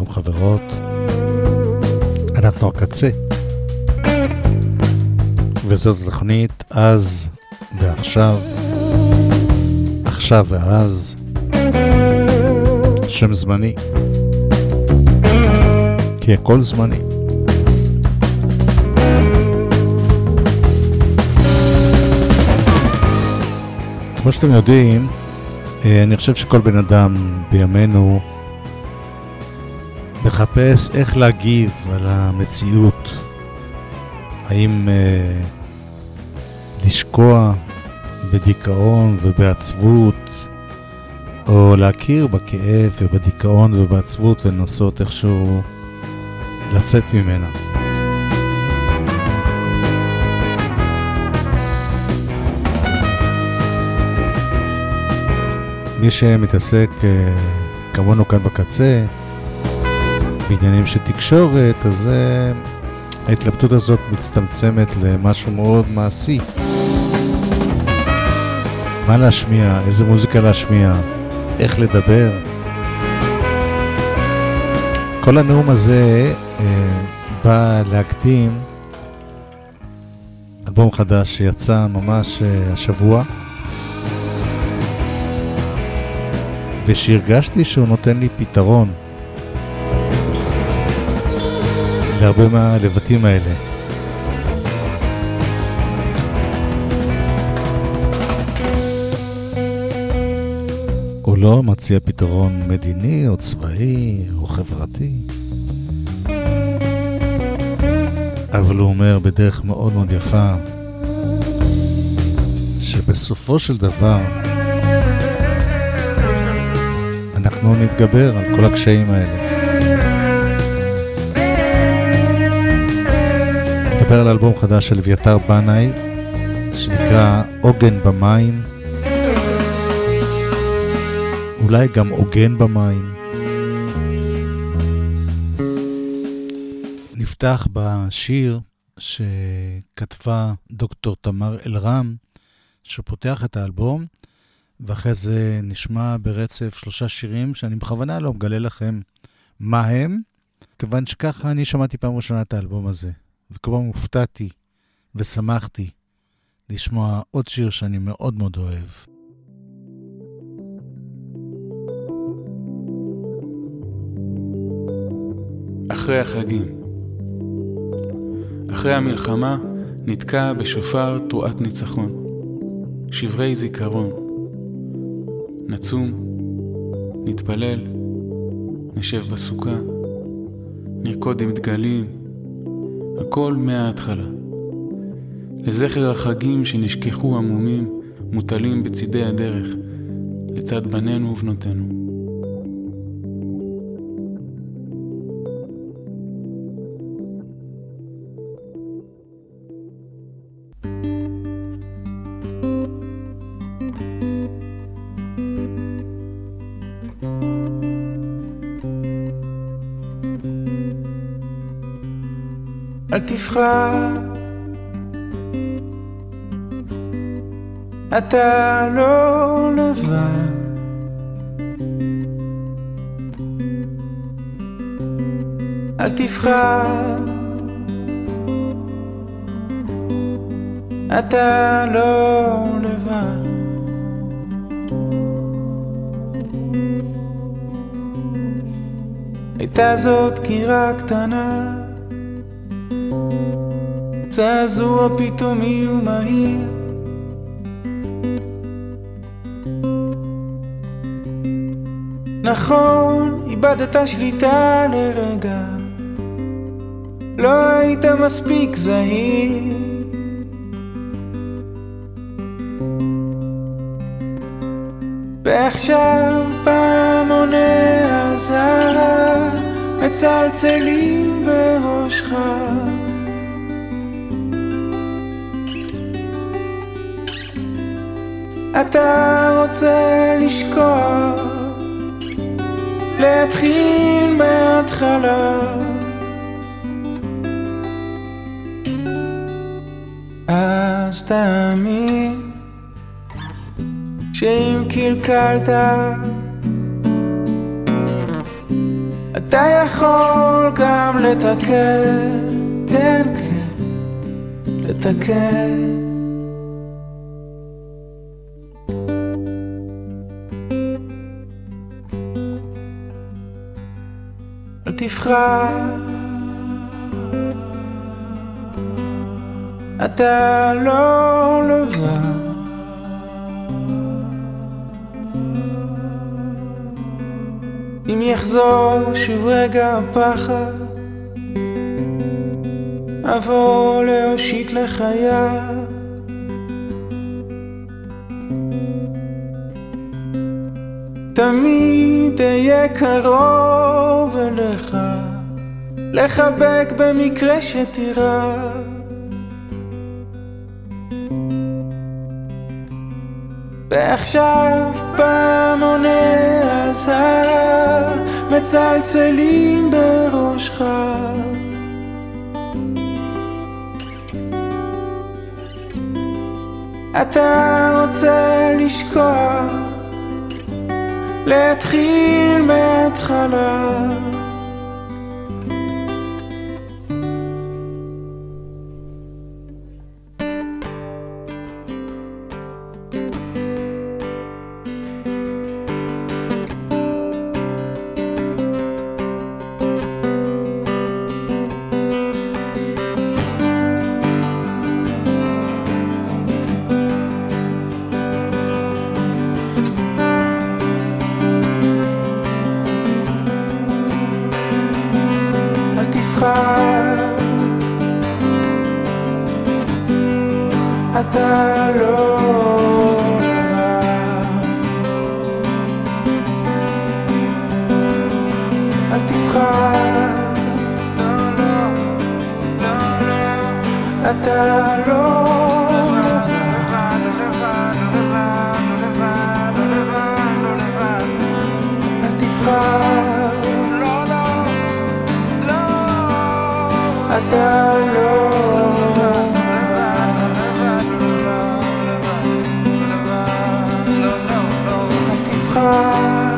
חברים חברות, אנחנו הקצה, וזאת התוכנית אז ועכשיו, עכשיו ואז, שם זמני, כי הכל זמני. כמו שאתם יודעים, אני חושב שכל בן אדם בימינו מחפש איך להגיב על המציאות. האם לשקוע בדיכאון ובעצבות, או להכיר בכאב ובדיכאון ובעצבות ולנסות איכשהו לצאת ממנה. מי שמתעסק כמונו כאן בקצה בעניינים של תקשורת, אז ההתלבטות הזאת מצטמצמת למשהו מאוד מעשי. מה להשמיע, איזה מוזיקה להשמיע, איך לדבר. כל הנאום הזה בא להקדים אלבום חדש שיצא ממש השבוע, ושהרגשתי שהוא נותן לי פתרון להרבה מהלבטים האלה. הוא לא מציע פתרון מדיני או צבאי או חברתי, אבל הוא אומר בדרך מאוד מאוד יפה שבסופו של דבר אנחנו נתגבר על כל הקשיים האלה. נדבר על אלבום חדש של אביתר בנאי שנקרא עוגן במים, אולי גם עוגן במים. נפתח בשיר שכתבה דוקטור תמר אלרם שפותח את האלבום, ואחרי זה נשמע ברצף 3 שירים שאני בכוונה לא מגלה לכם מה הם, כיוון שככה אני שמעתי פעם ראשונה את האלבום הזה, וכל פעם הופתעתי ושמחתי לשמוע עוד שיר שאני מאוד מאוד אוהב. אחרי החגים, אחרי המלחמה נתקע בשופר תרועת ניצחון, שברי זיכרון. נצום, נתפלל, נשב בסוכה, נרקוד עם דגלים, הכל מההתחלה. לזכר החגים שנשכחו עמומים, מוטלים בצידי הדרך, לצד בנינו ובנותינו. אל תפחד, אתה לא לבד. אל תפחד, אתה לא לבד. הייתה זאת קירה קטנה, זעזוע פתאומי ומהיר, נכון, איבדת שליטה לרגע, לא היית מספיק זהיר. ועכשיו פעמוני הזהב מצלצלים בראשך, אתה רוצה לשכוח, להתחיל מההתחלה. אז תאמין שאם קלקלת אתה יכול גם לתקן, כן, כן, לתקן. אל תבחר, אתה לא לבד. אם יחזור שוב רגע הפחד, אבוא להושיט לך יד. תמיד אהיה קרוב אליך, לחבק במקרה שתירא. ועכשיו פעמוני אזהרה מצלצלים בראשך. אתה רוצה לשכוח, להתחיל מההתחלה. אתה לא לבד, אל תבחר, אתה לא אתה לא אל תבחר.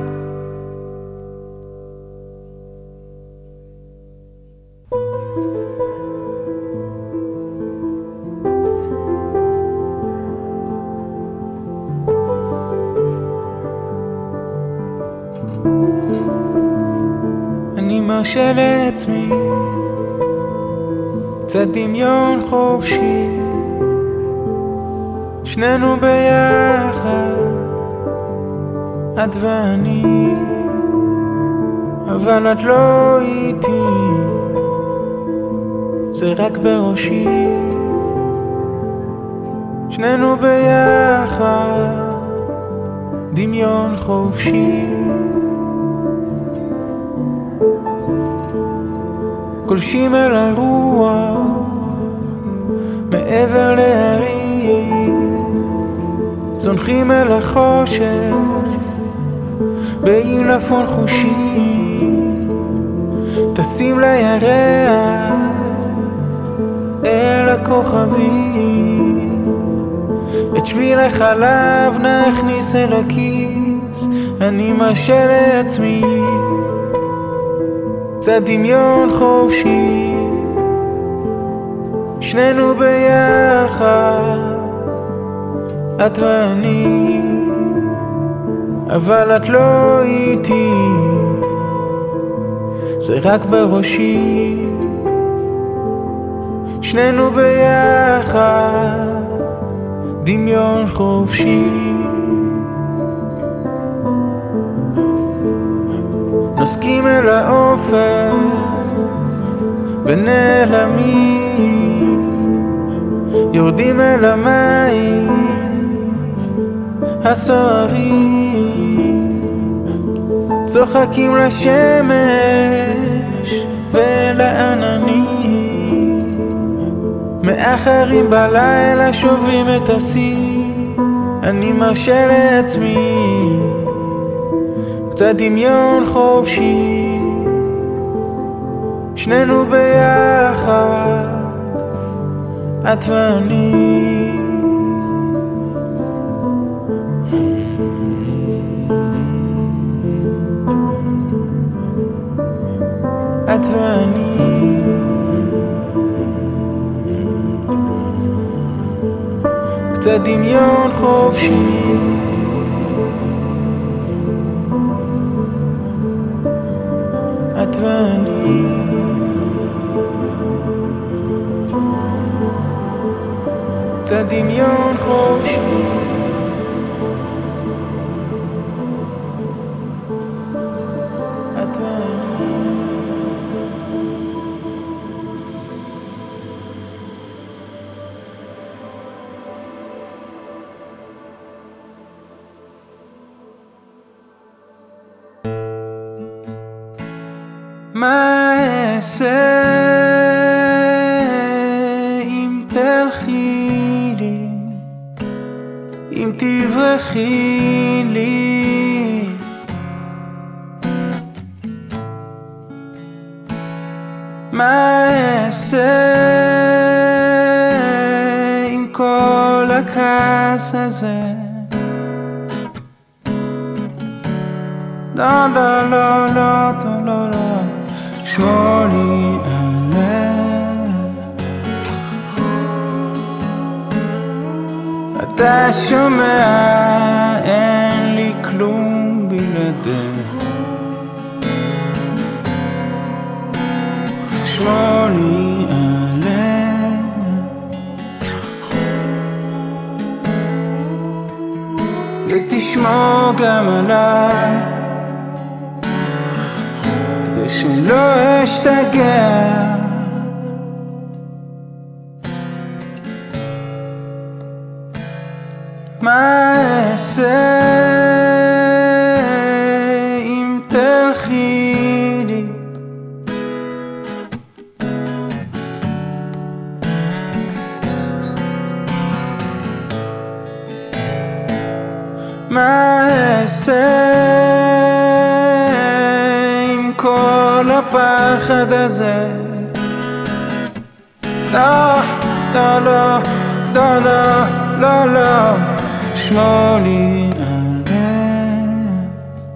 אני מרשה לעצמי קצת דמיון חופשי, שנינו ביחד, את ואני, אבל את לא איתי, זה רק בראשי. שנינו ביחד, דמיון חופשי, גולשים אל הרוח מעבר להרים, זונחים אל החושך בעילפון חושי, טסים לירח אל הכוכבים, את שביל החלב נכניס אל הכיס. אני מרשה לעצמי קצת דמיון חופשי, שנינו ביחד, את ואני, אבל את לא איתי, זה רק בראשי. שנינו ביחד, דמיון חופשי, נוסקים אל האופק ונעלמים, יורדים אל המים הסוערים, צוחקים לשמש ולעננים, מאחרים בלילה שוברים את השיא. אני מרשה לעצמי קצת דמיון חופשי, שנינו ביחד, את ואני. ואני קצת דמיון חופשי את ואני קצת דמיון חופשי את ואני מה אעשה אם תלכי לי, אם תברחי לי, מה אעשה עם כל הכעס הזה, לא לא לא לא לא לא שמור לי עליך, אתה שומע אין לי כלום בלעדיך, שמור לי עליך, ותשמור גם עליי שלא אשתגע, מה אעשה אם תלכי לי, מה אעשה כל הפחד הזה, לא, לא, לא, לא, לא, לא, לא, שמור לי עליך,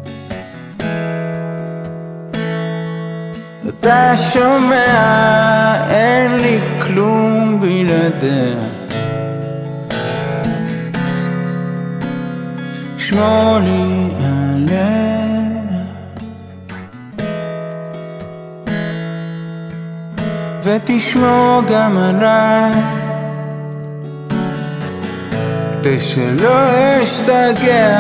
אתה שומע אין לי כלום בלעדיך, שמור לי עליך, ותשמור גם עליי, שלא אשתגע,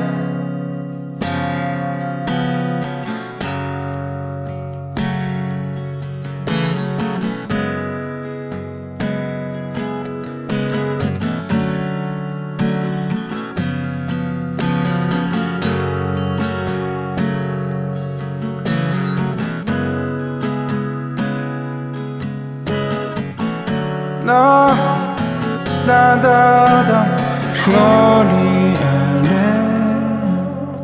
לא, לא, לא, לא, שמור לי עליך,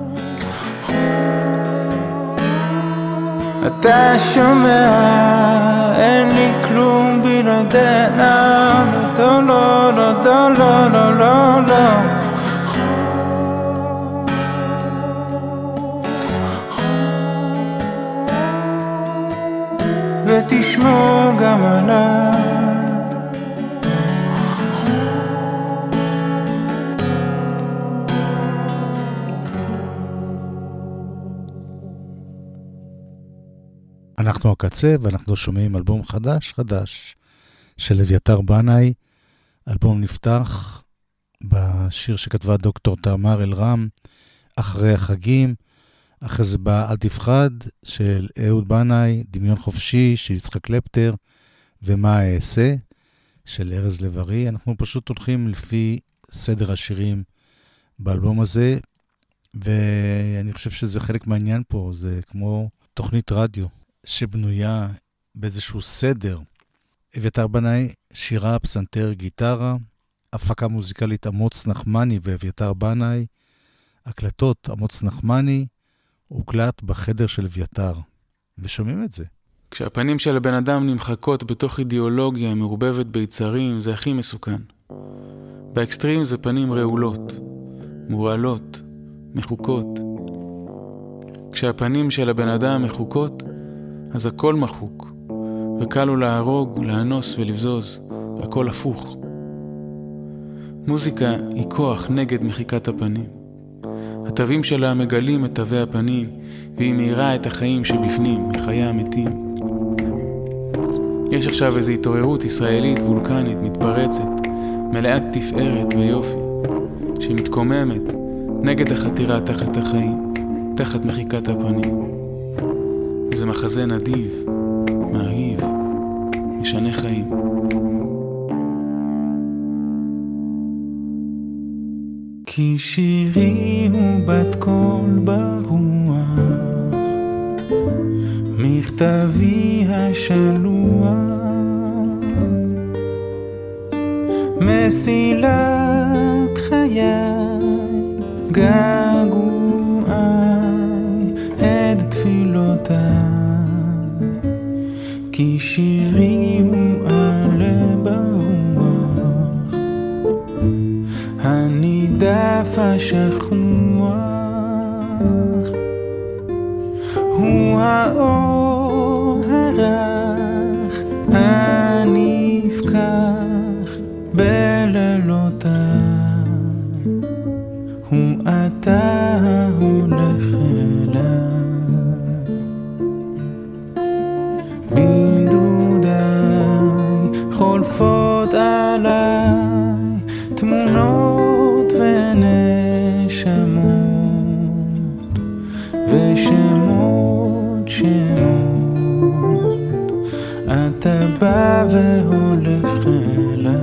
אתה שומע אין לי כלום בלעדיך, לא, לא, לא, לא, לא, לא, לא, לא, ותשמור גם עליי, אנחנו הקצה, ואנחנו שומעים אלבום חדש של אביתר בנאי. אלבום נפתח בשיר שכתבה דוקטור תמר אלרם, אחרי החגים. אחרי זה בא אל תפחד של אהוד בנאי, דמיון חופשי של יצחק קלפטר, ומה אעשה של ארז לב-ארי. אנחנו פשוט הולכים לפי סדר השירים באלבום הזה, ואני חושב שזה חלק מהעניין פה, זה כמו תוכנית רדיו שבנויה באיזשהו סדר. אביתר בנאי, שירה, פסנתר, גיטרה, הפקה מוזיקלית אמוץ נחמני ואביתר בנאי, הקלטות אמוץ נחמני, הוקלט בחדר של אביתר, ושומעים את זה. כשהפנים של הבן אדם נמחקות בתוך אידיאולוגיה מעורבבת ביצרים, זה הכי מסוכן. באקסטרים זה פנים רעולות, מורעלות, מחוקות. כשהפנים של הבן אדם מחוקות, אז הכל מחוק, וקל לו להרוג, לאנוס ולבזוז, הכל הפוך. מוזיקה היא כוח נגד מחיקת הפנים. התווים שלה מגלים את תווי הפנים, והיא מאירה את החיים שבפנים, מחיי המתים. יש עכשיו איזו התעוררות ישראלית וולקנית מתפרצת, מלאת תפארת ויופי, שמתקוממת נגד החתירה תחת החיים, תחת מחיקת הפנים. זה מחזה נדיב, מאהיב, משנה חיים. כי שירי הוא בת קול ברוח, מכתבי השלוח, מסילת חיי, געגועי, עד תפילותיי. כי שירי הוא עלה ברוח, הנידף השכוח, הוא האור הרך הנפקח בלילותיי, הוא אתה הולך אליי. בנדודיי חולפות עליי תמונות ונשמות ושמות שמות, אתה בא והולך אליי.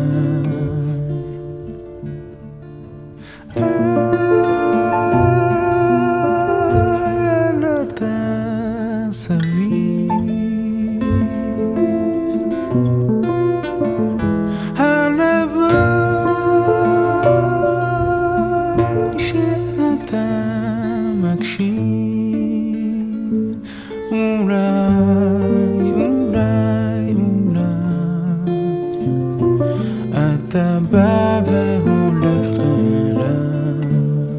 אתה סביב הלוואי שאתה מקשיב, אולי אולי אולי אתה בא והולך אליי.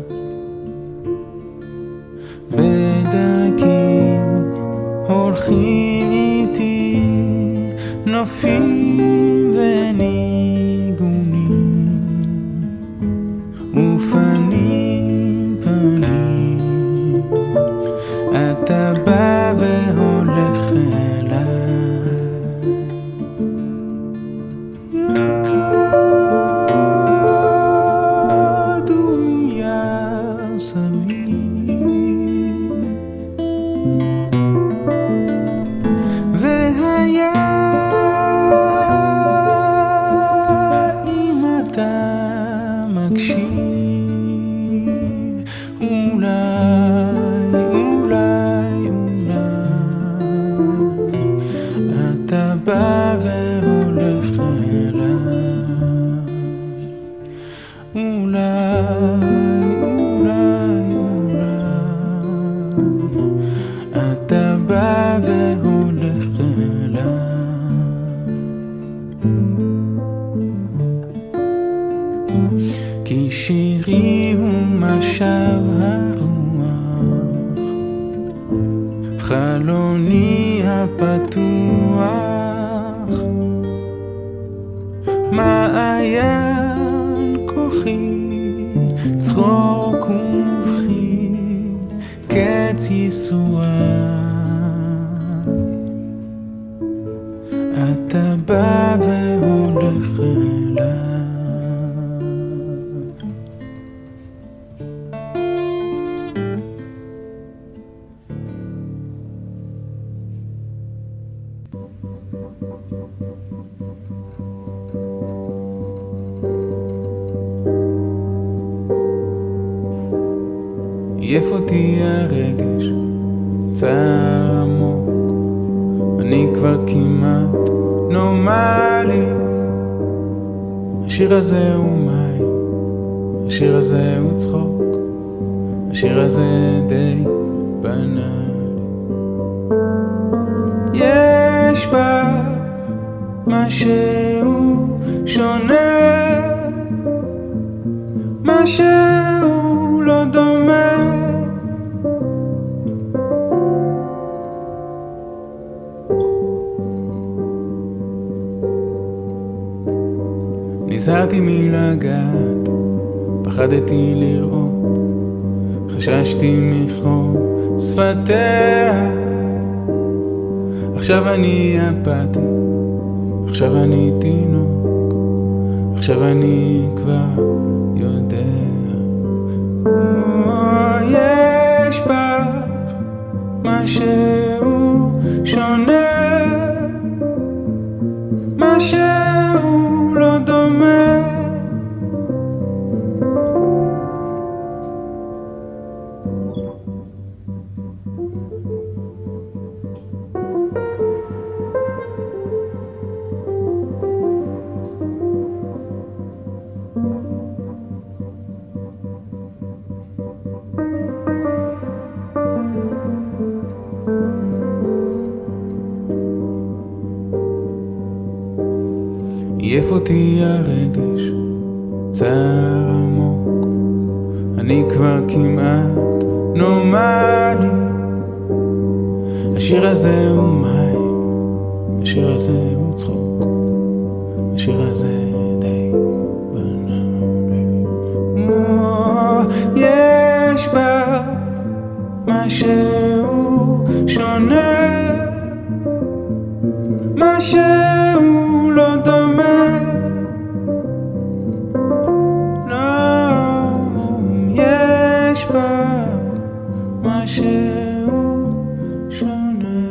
בדרכי הולכים איתי נופים וניגונים, ופנים פנים אתה בא והולך אליי. דומיה סביב והיה אם אתה מקשיב, אולי אולי אולי אתה בא והולך אליי. אולי אולי אולי אתה בא והולך אליי. כי שירי הוא משב הרוח, חלוני הפתוח, מעיין כוחי, צחוק ובכי, קץ ייסוריי, אתה בא והולך אליי. עייף אותי הרגש, צער עמוק, אני כבר כמעט נורמלי. השיר הזה הוא מים, השיר הזה הוא צחוק, השיר הזה די בנאלי. יש בה משהו שונה, משהו לא דומה. הזהרתי מלגעת, פחדתי לראות, חששתי מחום שפתיה. עכשיו אני אפאתי, עכשיו אני תינוק, עכשיו אני כבר יודע. יש בך משהו שונה, משהו לא דומה. עייף אותי הרגש, צער עמוק, אני כבר כמעט נורמלי. השיר הזה הוא מים, השיר הזה הוא צחוק, השיר הזה די בנאלי. יש בה משהו שונה, משהו לא דומה. יש בה משהו שונה.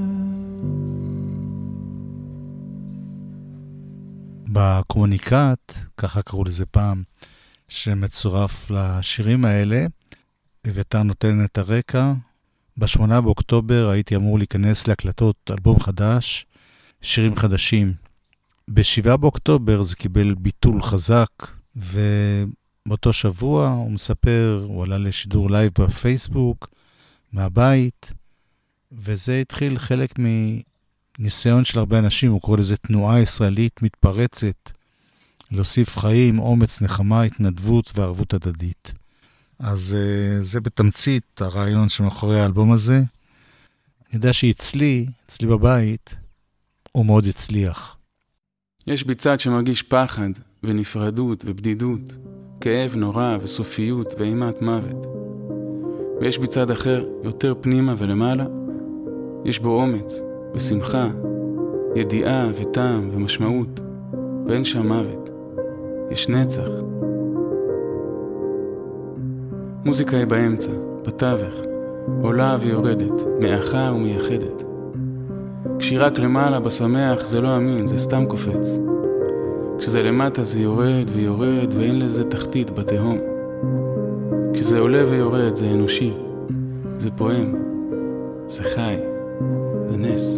בקומוניקט, ככה קראו לזה פעם, שמצורף לשירים האלה, אביתר נותן את הרקע. ב8 באוקטובר הייתי אמור להיכנס להקלטות אלבום חדש, שירים חדשים. ב7 באוקטובר זה קיבל ביטול חזק, ובאותו שבוע הוא מספר, הוא עלה לשידור לייב בפייסבוק, מהבית, וזה התחיל חלק מניסיון של הרבה אנשים, הוא קורא לזה תנועה ישראלית מתפרצת, להוסיף חיים, אומץ, נחמה, התנדבות וערבות הדדית. אז זה בתמצית הרעיון שמאחורי האלבום הזה. אני יודע שאצלי בבית, הוא מאוד הצליח. יש בי צד שמרגיש פחד ונפרדות ובדידות, כאב נורא וסופיות ואימת מוות. ויש בי צד אחר, יותר פנימה ולמעלה, יש בו אומץ ושמחה, ידיעה וטעם ומשמעות, ואין שם מוות, יש נצח. מוזיקה היא באמצע, בתווך, עולה ויורדת, מאחה ומייחדת. כשהיא רק למעלה בשמח זה לא אמין, זה סתם קופץ. כשזה למטה זה יורד ויורד ואין לזה תחתית בתהום. כשזה עולה ויורד זה אנושי, זה פועם, זה חי, זה נס.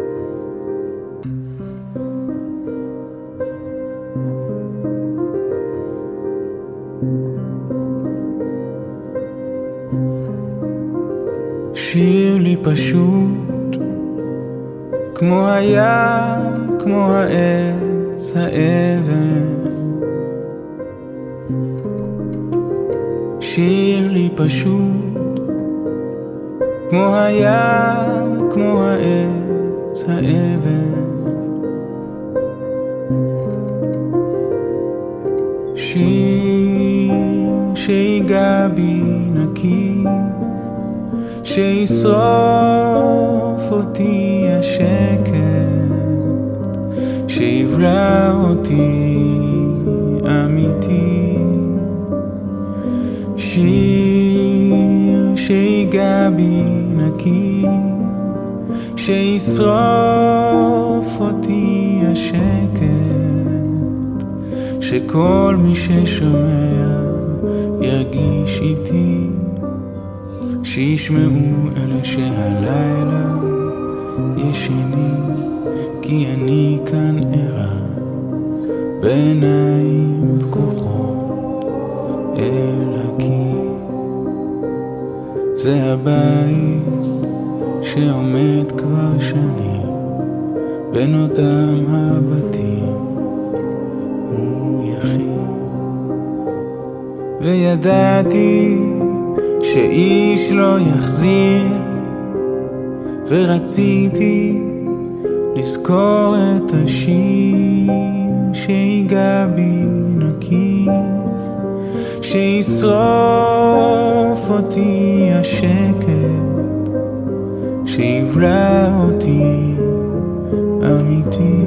שיר לי פשוט, כמו הים, כמו העץ, האבן. שיר לי פשוט, כמו הים, כמו העץ, האבן. שיר שיגע בי נקי, שישרוף אותי השקט, שיבלע אותי אמיתי. שיר שיגע בי נקי, שישרוף אותי השקט, שכל מי ששומע ירגיש איתי. שישמעו אלה שהלילה ישנים, כי אני כאן ערה בעיניים פקוחות אל הקיר. זה הבית שעומד כבר שנים בין אותם הבתים, הוא יחיד. וידעתי שאיש לא יחזיר, ורציתי לזכור את השיר שיגע בי נקי, שישרוף אותי השקט, שיבלע אותי אמיתי.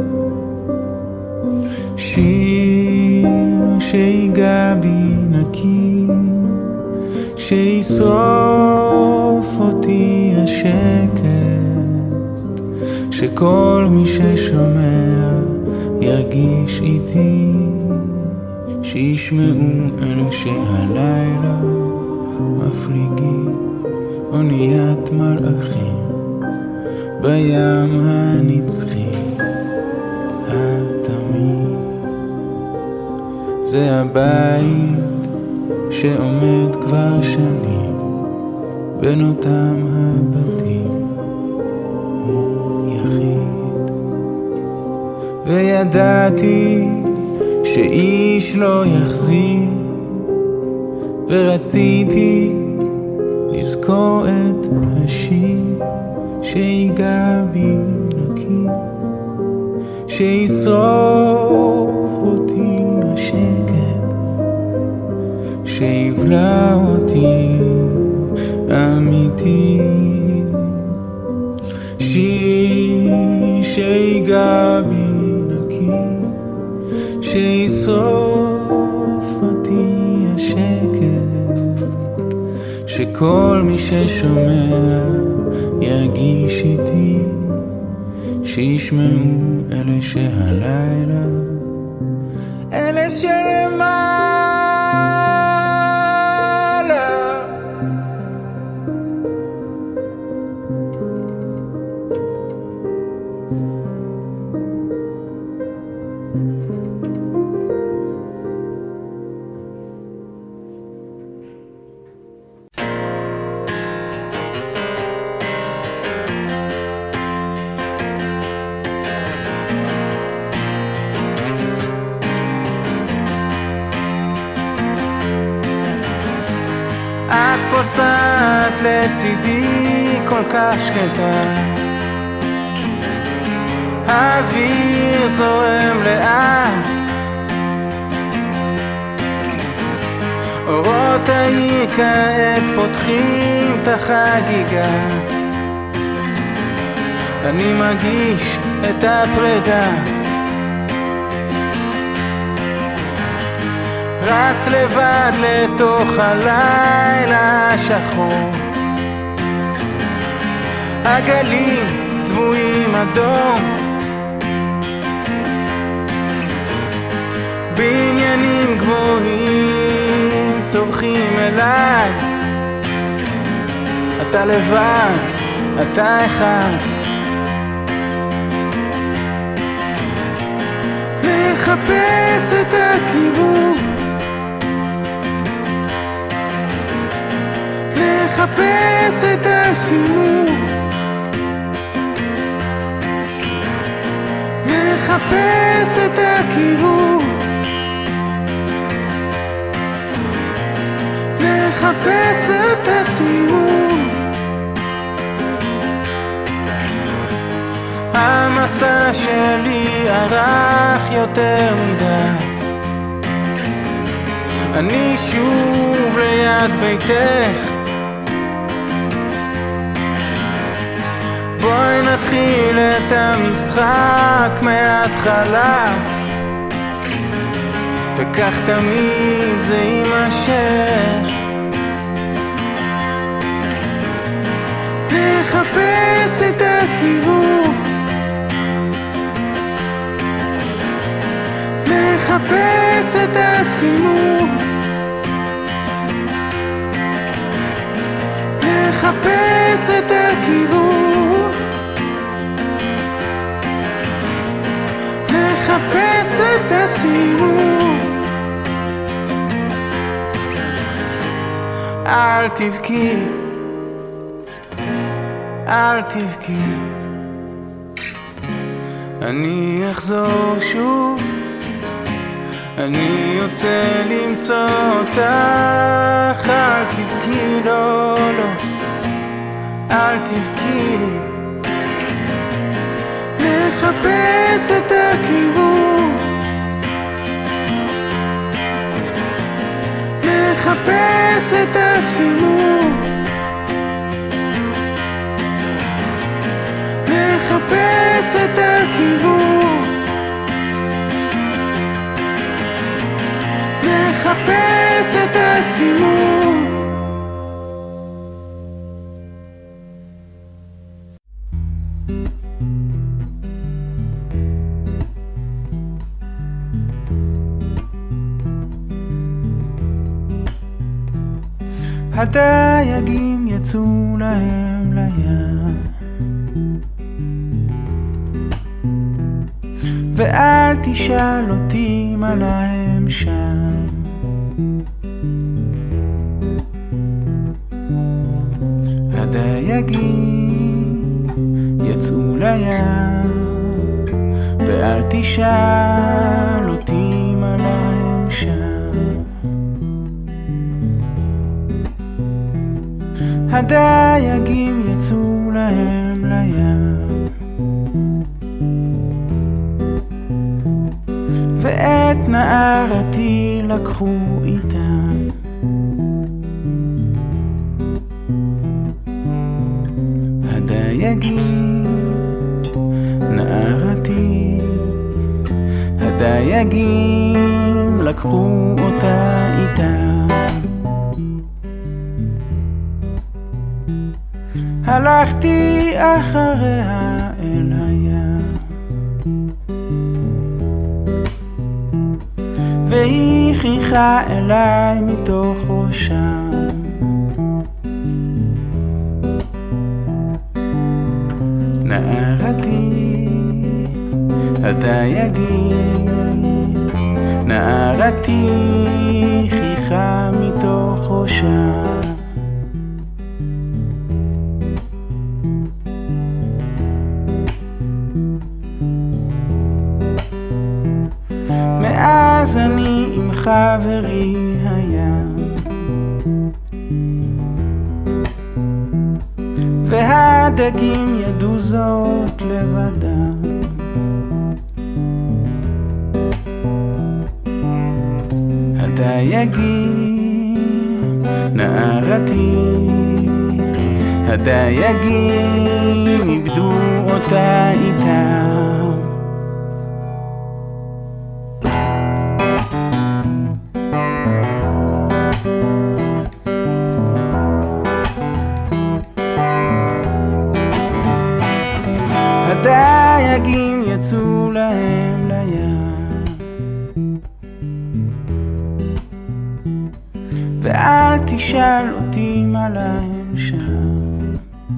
שיר שיגע בי נקי, שישרוף אותי השקט, שכל מי ששומע ירגיש איתי, שישמעו אלה שהלילה מפליגים אוניית מלאכים בים הנצחי התמיד. זה הבית שעומד כבר שנים בין אותם הבתים, הוא יחיד, וידעתי שאיש לא יחזיר, ורציתי לזכור את השיר שיגע בי נקי, שישרוף אותי השקט, שיבלע אותי אמיתי. שיר שיגע בי נקי, שישרוף אותי השקט, שכל מי ששומע ירגיש איתי, שישמעו אלה שהלילה, אלה שלמעלה. את פוסעת לצידי כל כך שקטה, האוויר זורם לאט, אורות העיר כעת פותחים את החגיגה, אני מרגיש את הפרידה, רץ לבד לתוך הלילה השחור, הגלים צבועים אדום, בניינים גבוהים צורכים אליי, אתה לבד, אתה אחד, מחפש את הכיוון, מחפש את הסימון, מחפש את הכיוון, מחפש את הסימון. המסע שלי ארך יותר מדי, אני שוב ליד ביתך, בואי נתחיל את המשחק מההתחלה, וכך תמיד זה יימשך. נחפש את הכיוון, נחפש את הסימון, נחפש את הכיוון, נחפש את הסימון. אל תבכי, אל תבכי, אני אחזור שוב, אני יוצא למצוא אותך. אל תבכי, לא, לא, אל תבכי, נחפש את הכיוון, נחפש את הסימון, נחפש את הכיוון, נחפש את הסימון. הדייגים יצאו להם לים, ואל תשאל אותי מה להם שם. הדייגים יצאו לים, ואל תשאל אותי מה להם שם. הדייגים יצאו להם לים, ואת נערתי לקחו איתם. הדייגים, נערתי, הדייגים לקחו אותה איתם. הלכתי אחריה אל הים, והיא חיכה אליי מתוך ראשם. נערתי, הדייגים, נערתי חיכה מתוך ראשם. מאז אני עם חברי הים, והדגים ידעו זאת לבדם. הדייגים, נערתי, הדייגים איבדו אותה איתם. הדייגים יצאו להם לים, ואל תשאל אותי מה להם שם.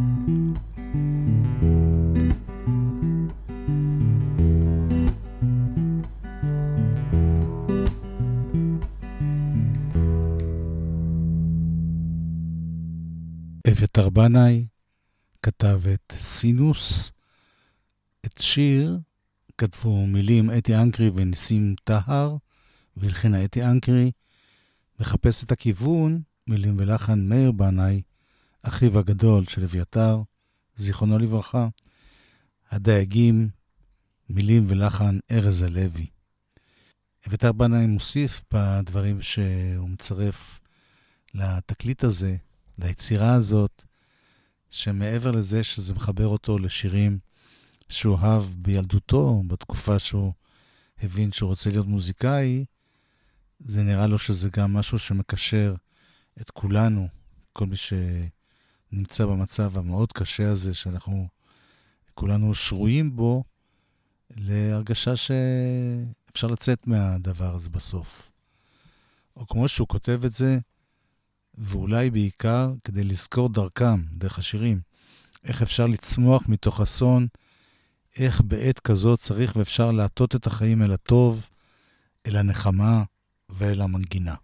אביתר בנאי כתב את סינוס. את שיר כתבו מילים אתי אנקרי וניסים טהר, והלחינה אתי אנקרי. מחפש את הכיוון, מילים ולחן מאיר בנאי, אחיו הגדול של אביתר, זיכרונו לברכה. הדייגים, מילים ולחן ארז הלוי. אביתר בנאי מוסיף בדברים שהוא מצרף לתקליט הזה, ליצירה הזאת, שמעבר לזה שזה מחבר אותו לשירים שהוא אהב בילדותו, בתקופה שהוא הבין שהוא רוצה להיות מוזיקאי, זה נראה לו שזה גם משהו שמקשר את כולנו, כל מי שנמצא במצב המאוד קשה הזה, שאנחנו כולנו שרויים בו, להרגשה שאפשר לצאת מהדבר הזה בסוף. או כמו שהוא כותב את זה, ואולי בעיקר כדי לזכור דרכם, דרך השירים, איך אפשר לצמוח מתוך אסון, איך בעת כזאת צריך ואפשר להטות את החיים אל הטוב, אל הנחמה ואל המנגינה.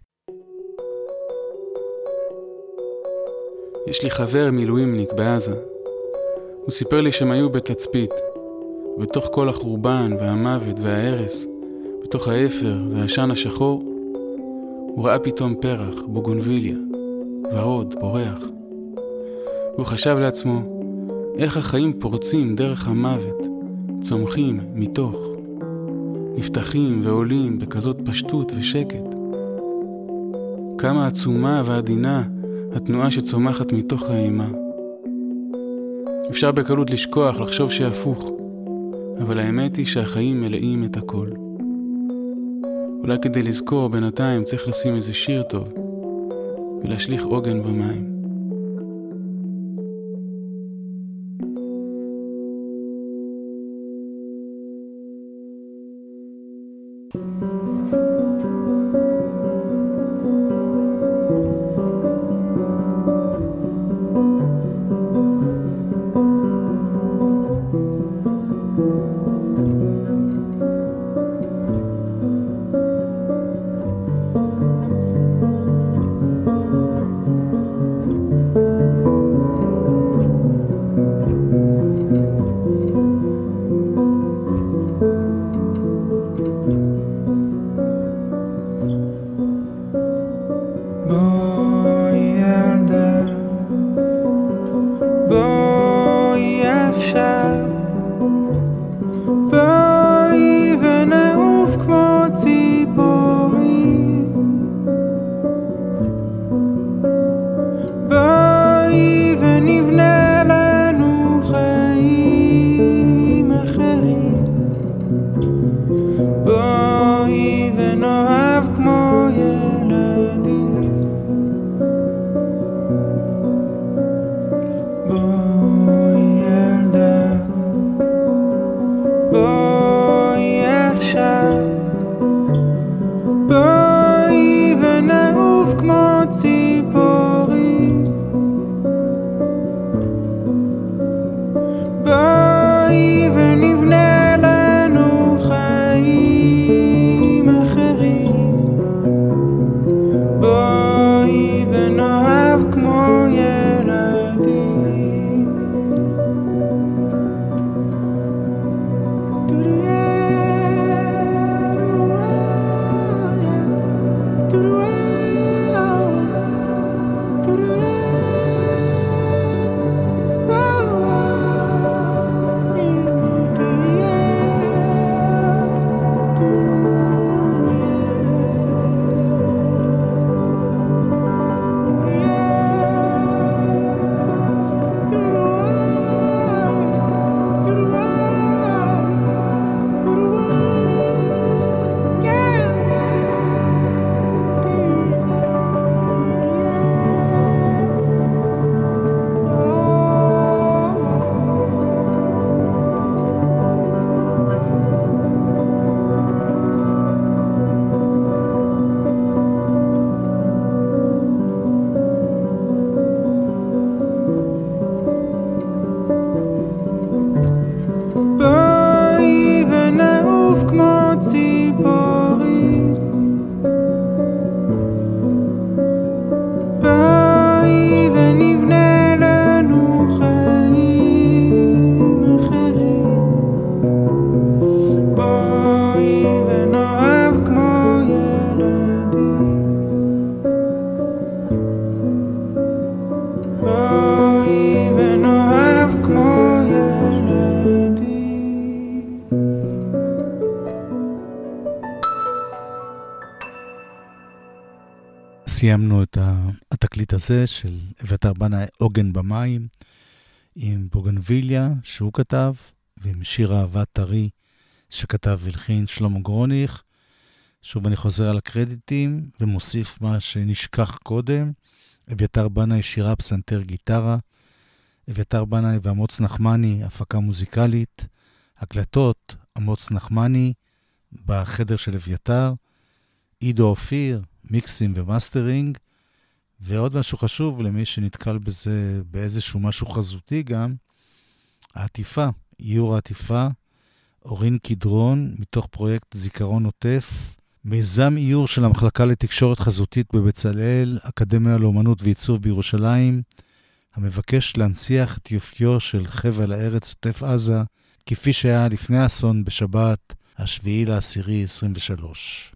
יש לי חבר מילואימניק בעזה. הוא סיפר לי שהם היו בתצפית, בתוך כל החורבן והמוות וההרס, בתוך האפר והעשן השחור, הוא ראה פתאום פרח, בוגונביליה, ורוד, בורח. הוא חשב לעצמו, איך החיים פורצים דרך המוות, צומחים מתוך, נפתחים ועולים בכזאת פשטות ושקט. כמה עצומה ועדינה התנועה שצומחת מתוך האימה. אפשר בקלות לשכוח, לחשוב שהפוך, אבל האמת היא שהחיים מלאים את הכל. אולי כדי לזכור בינתיים צריך לשים איזה שיר טוב ולהשליך עוגן במים. סיימנו את התקליט הזה של אביתר בנאי, עוגן במים, עם בוגנביליה שהוא כתב, ועם שיר אהבה טרי שכתב והלחין שלמה גרוניך. שוב אני חוזר על הקרדיטים ומוסיף מה שנשכח קודם. אביתר בנאי שירה, פסנתר, גיטרה. אביתר בנאי ואמוץ נחמני, הפקה מוזיקלית. הקלטות, אמוץ נחמני בחדר של אביתר. עידו אופיר, מיקסים ומאסטרינג. ועוד משהו חשוב למי שנתקל בזה באיזשהו משהו חזותי גם, העטיפה, איור העטיפה, אורין קדרון, מתוך פרויקט זיכרון עוטף, מיזם איור של המחלקה לתקשורת חזותית בבצלאל, אקדמיה לאומנות ועיצוב בירושלים, המבקש להנציח את יופיו של חבל הארץ עוטף עזה, כפי שהיה לפני האסון בשבת, 7/10/23.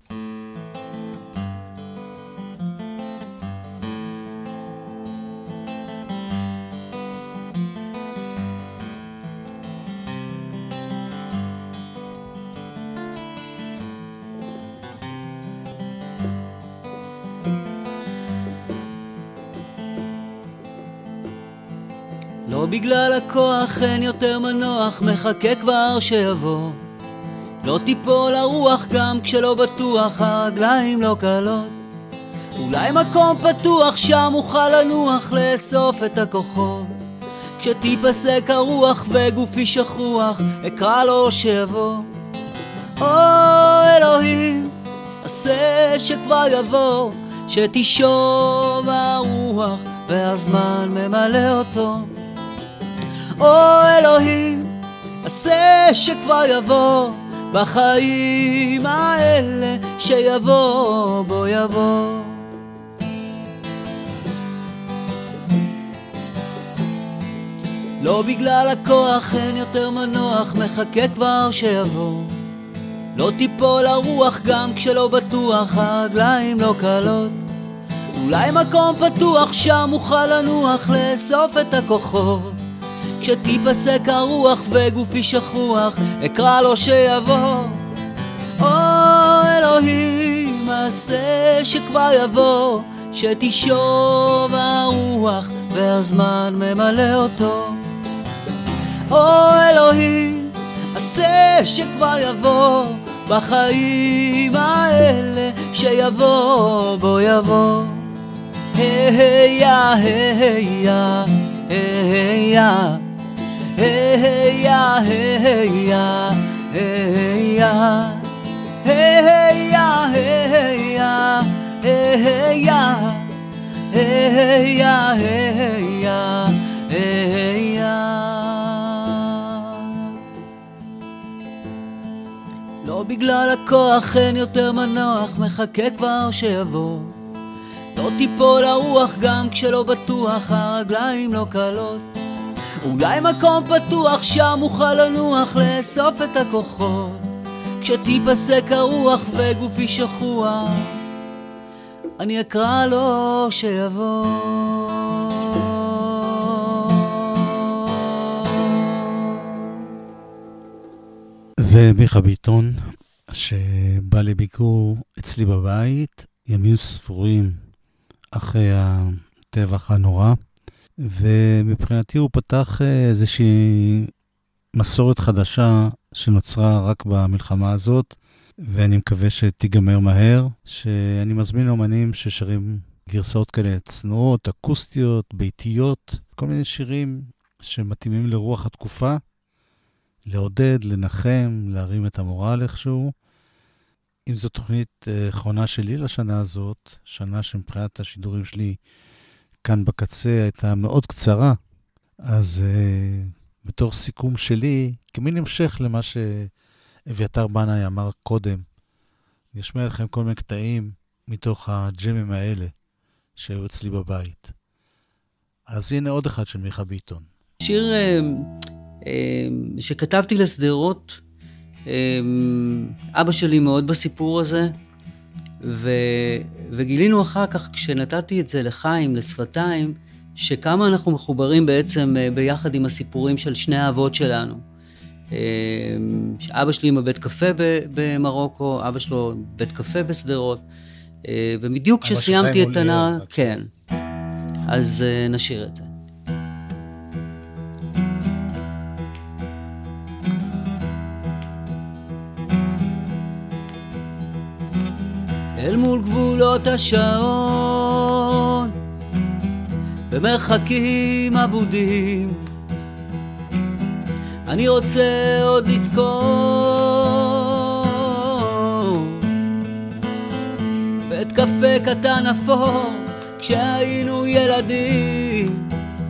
לא בגלל הכוח אין יותר מנוח, מחכה כבר שיבוא. לא תיפול הרוח גם כשלא בטוח, הרגליים לא קלות. אולי מקום פתוח שם אוכל לנוח, לאסוף את הכוחות. כשתיפסק הרוח וגופי שכוח, אקרא לו שיבוא. או אלוהים, עשה שכבר יבוא, שתשוב הרוח והזמן ממלא אותו. או אלוהים, עשה שכבר יבוא, בחיים האלה שיבוא בו יבוא. לא בגלל הכוח אין יותר מנוח, מחכה כבר שיבוא. לא תיפול הרוח גם כשלא בטוח, הרגליים לא קלות. אולי מקום פתוח שם אוכל לנוח, לאסוף את הכוחות. כשתיפסק הרוח וגופי שכוח, אקרא לו שיבוא. או אלוהים, עשה שכבר יבוא, שתשוב הרוח והזמן ממלא אותו. או אלוהים, עשה שכבר יבוא, בחיים האלה שיבוא בו יבוא. היי יא היי יא היי יא היי יא היי יא היי יא היי יא היי יא היי יא היי יא היי יא היי יא. לא בגלל הכוח אין יותר מנוח, מחכה כבר שיבוא. לא תיפול הרוח גם כשלא בטוח, הרגליים לא קלות. אולי מקום פתוח שם אוכל לנוח, לאסוף את הכוחות. כשתיפסק הרוח וגופי שכוח, אני אקרא לו שיבוא. זה מיכה ביטון, שבא לביקור אצלי בבית ימים ספורים אחרי הטבח הנורא, ומבחינתי הוא פתח איזושהי מסורת חדשה שנוצרה רק במלחמה הזאת, ואני מקווה שתיגמר מהר, שאני מזמין אומנים ששרים גרסאות כאלה צנועות, אקוסטיות, ביתיות, כל מיני שירים שמתאימים לרוח התקופה, לעודד, לנחם, להרים את המורל איכשהו. אם זו תוכנית אחרונה שלי לשנה הזאת, שנה שמבחינת השידורים שלי כאן בקצה הייתה מאוד קצרה, אז בתור סיכום שלי, כמין המשך למה שאביתר בנאי אמר קודם, ישמיע לכם כל מיני קטעים מתוך הג'מים האלה שהיו אצלי בבית. אז הנה עוד אחד של מיכה ביטון. שיר שכתבתי לסדרות, אבא שלי מאוד בסיפור הזה, וגילינו אחר כך כשנתתי את זה לחיים, לשפתיים, שכמה אנחנו מחוברים בעצם ביחד עם הסיפורים של שני האבות שלנו. אבא שלי עם הבית קפה במרוקו, אבא שלו בית קפה בסדרות, ובדיוק כשסיימתי את הנער, כן, אז נשאיר את זה. אל מול גבולות השעון, במרחקים אבודים, אני רוצה עוד לזכור בית קפה קטן אפור כשהיינו ילדים,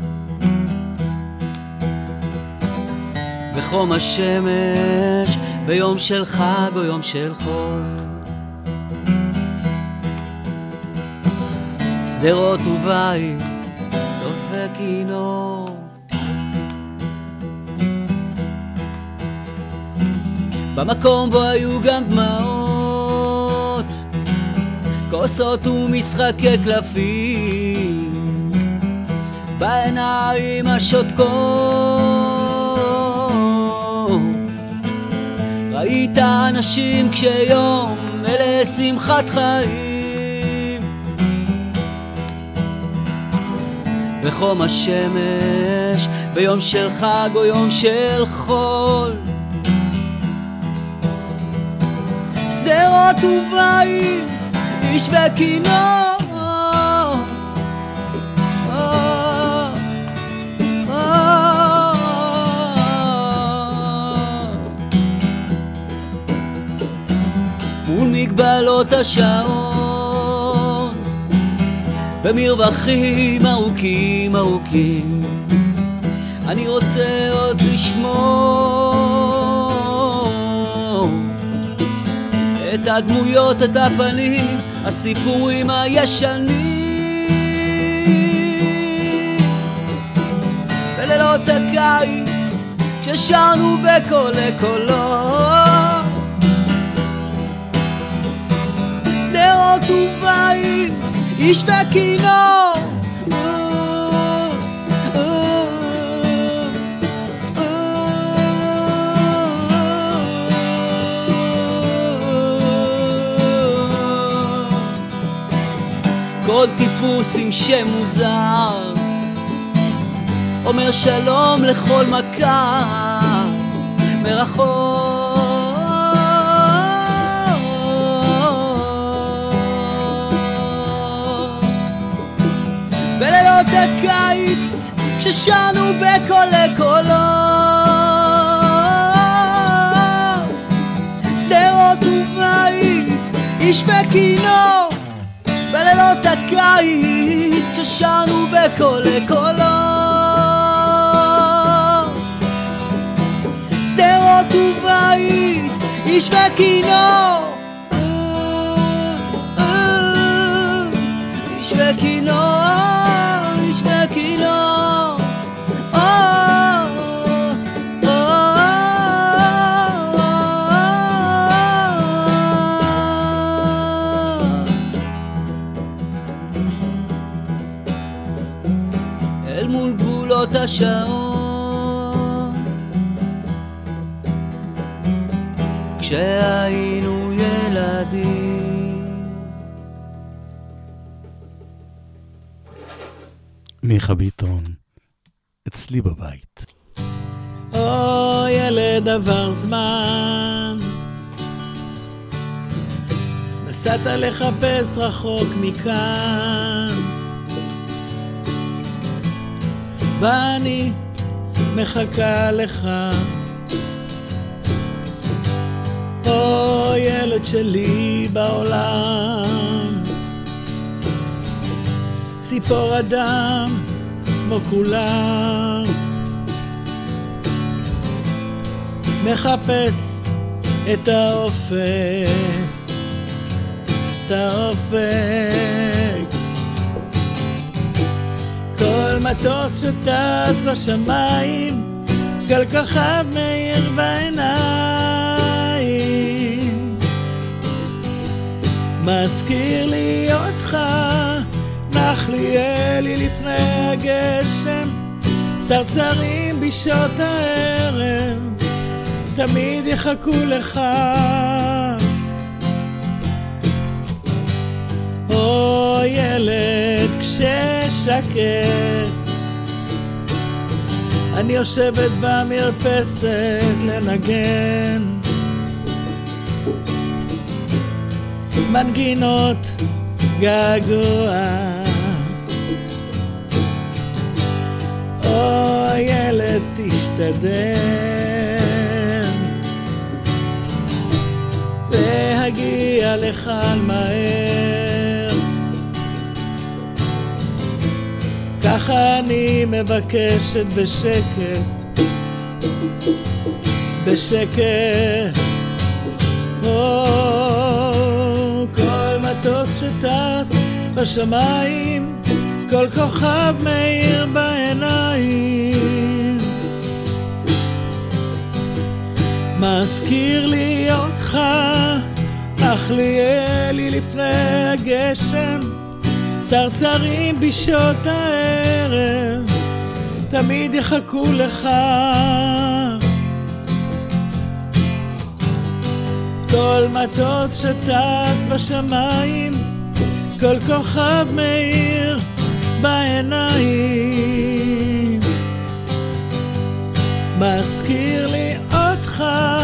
בחום השמש ביום של חג או יום של חול, שדרות ובית דופק כינור, במקום בו היו גם דמעות, כוסות ומשחקי קלפים, בעיניים השותקות, ראית אנשים כשיום מלא שמחת חיים, בחום השמש ביום של חג או יום של חול. שדרות ובית, איש וכינור, מול מגבלות השעון, במרווחים ארוכים ארוכים, אני רוצה עוד לשמור את הדמויות, את הפנים, הסיפורים הישנים. בלילות הקיץ כששרנו בקול קולות, שדרות ובית, איש וכינור, כל טיפוס עם שם מוזר אומר שלום לכל מכה מרחוק. בלילות הקיץ כששרנו בקול קולות, שדרות ובית, איש וכינור, בלילות הקיץ כששרנו בקול קולות, שדרות ובית, איש וכינור, איש וכינור, איש וכינור, אל מול גבולות השעון, כשהיינו ילדים. מיכה ביטון, אצלי בבית. או ילד עבר זמן, נסעת לחפש רחוק מכאן, ואני מחכה לך. או ילד שלי בעולם, ציפור אדם כמו כולם, מחפש את האופק, את האופק. כל מטוס שטס בשמיים, כל כוכב מאיר בעיניים, מזכיר לי אותך, נחליאלי לפני הגשם, צרצרים בשעות הערב, תמיד יחכו לך. או ילד כששקט, אני יושבת במרפסת לנגן מנגינות געגוע. או ילד תשתדל להגיע לכאן מהר, ככה אני מבקשת בשקט, בשקט. כל מטוס שטס בשמיים, כל כוכב מאיר בעיניים, מזכיר לי אותך, נחליאלי לפני הגשם, צרצרים בשעות הערב, תמיד יחכו לך. כל מטוס שטס בשמיים, כל כוכב מאיר בעיניים, מזכיר לי אותך,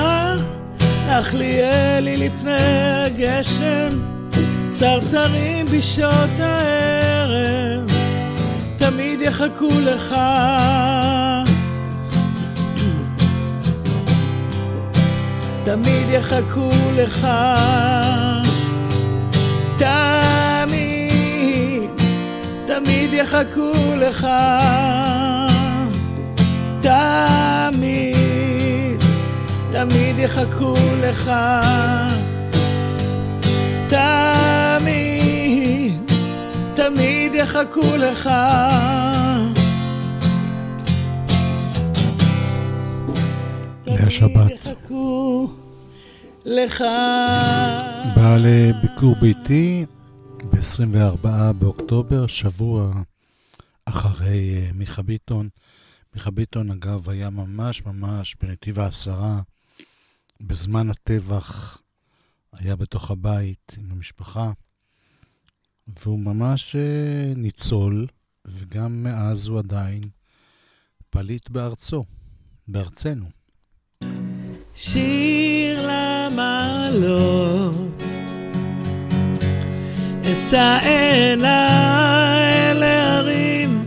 נחליאלי לפני הגשם, צרצרים בשעות הערב, תמיד יחכו לך. תמיד יחכו לך, תמיד, תמיד יחכו לך, תמיד, תמיד יחכו לך, תמיד, תמיד יחכו לך. להשבת לך. בא לביקור ביתי ב-24 באוקטובר, שבוע אחרי מיכה ביטון. מיכה ביטון אגב היה ממש בנתיב העשרה, בזמן הטבח היה בתוך הבית עם המשפחה, והוא ממש ניצול, וגם מאז הוא עדיין פליט בארצנו. שיר למעלות, אשא עיניי להרים,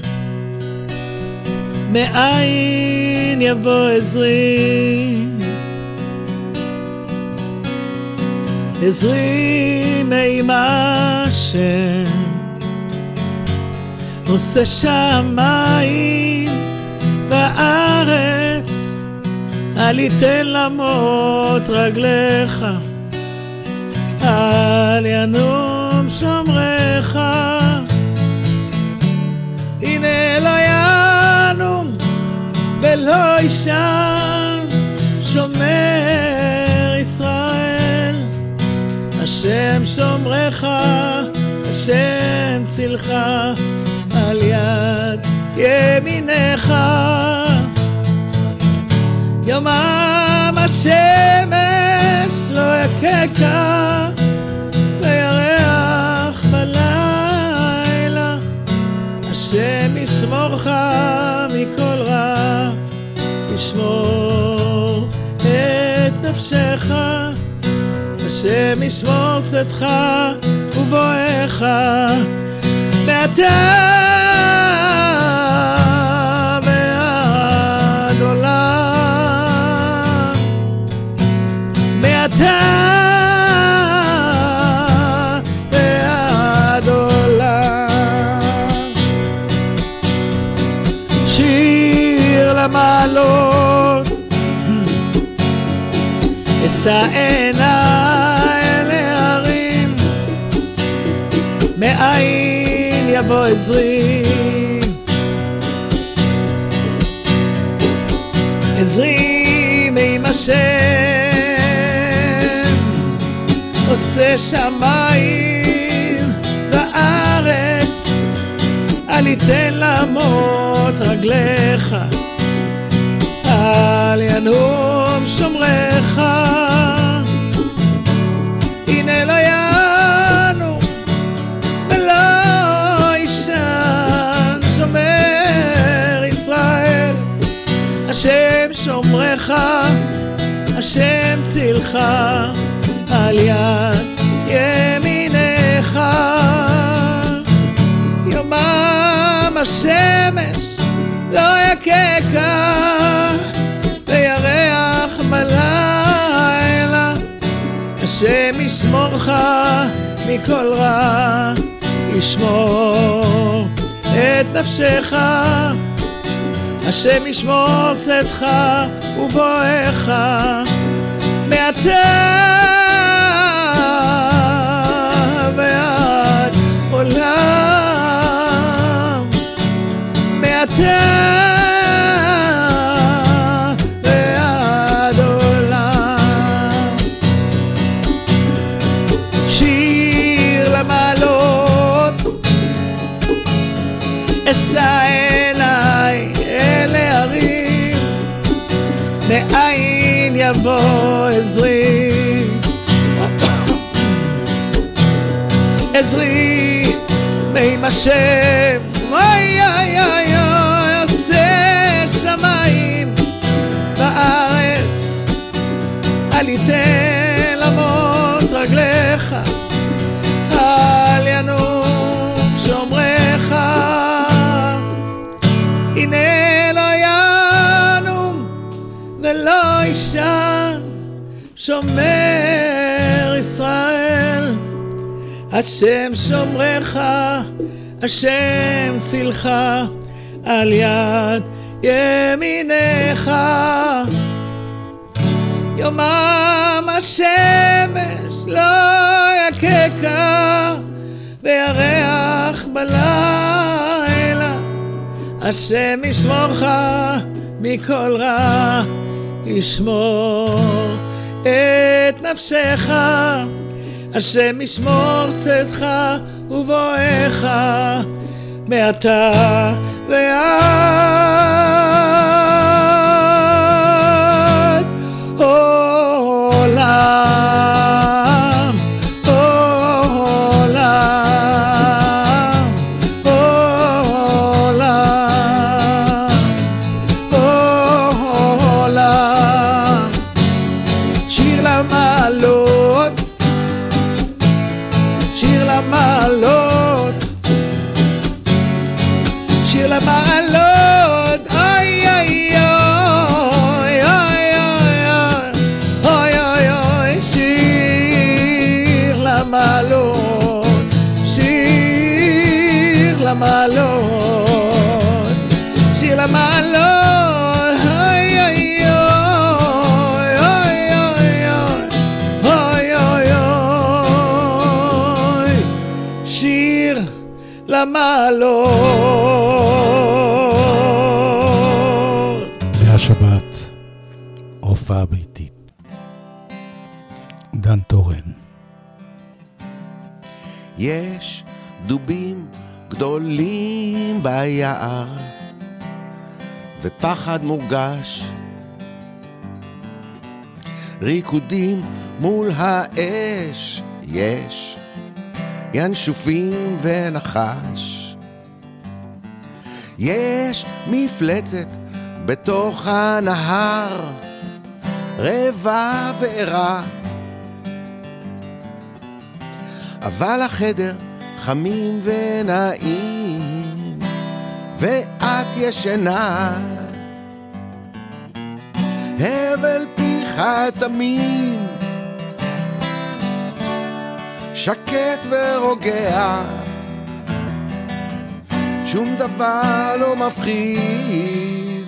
מאין יבוא עזרי, עזרי מעם השם, עושה שמיים בארץ, אל יתן למות רגליך, אל ינום שומרך, הנה לא ינום ולא ישן שומר ישראל, השם שומרך, השם צילך, על יד ימינך. יומם השמש לא יקקה, וירח בלילה, השם ישמורך מכל רע, ישמור את נפשך, השם ישמור צאתך ובואך, מעתה ועד עולם, מעתה ועד עולם. שיר למעלות, אשא עיניי להרים, מאין יבוא עזרי, עזרי מעם השם, עושה שמיים בארץ, אל יתן למות רגליך, אל ינום שומרך, הנה לא ינום ולא ישן שומר ישראל, השם שומרך, השם צילך, על יד ימינך. יומם השמש לא יקקה, וירח בלילה, השם ישמורך מכל רע, ישמור את נפשך, השם ישמור צאתך ובואך, מעתה ועד עולם, מעתה ועד עולם. שיר למעלות, אשא עיניי אל ההרים, מאין יבוא עזרי, עזרי מעם השם, אוי אוי אוי אוי, עושה שמיים נעלמות רגליך, אל ינום שומרך, הנה לא ינום ולא ישן שומר ישראל. השם שומרך, השם צילך, על יד ימינך. יומם השמש לא יקקה, וירח בלילה. השם ישמורך מכל רע, ישמור את נפשך. השם ישמור צאתך ובואך, מעתה ועד עולם, עולם, עולם, עולם. שיר למעלות, שיר למעלות, שיר למעלות, אוי אוי אוי אוי אוי אוי אוי. שיר למעלות, שיר למעלות, שיר למעלות, אוי אוי אוי אוי אוי אוי אוי. שיר למעלות. והשבת, הופעה ביתית. דן תורן. יש דובים גדולים ביער, ופחד מורגש, ריקודים מול האש, יש ינשופים ונחש. יש מפלצת בתוך הנהר, רבע וערה, אבל החדר חמים ונעים, ואת ישנה. הבל פיך תמים, שקט ורוגע, שום דבר לא מפחיד,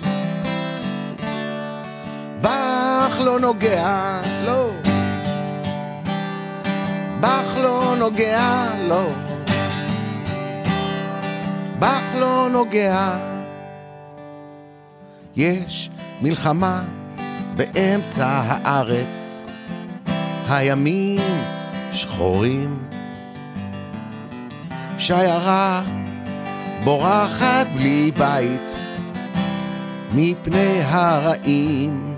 בך לא נוגע, לא, בך לא נוגע, לא, בך לא נוגע. יש מלחמה באמצע הארץ, הימים שחורים, שיירה בורחת בלי בית מפני הרעים.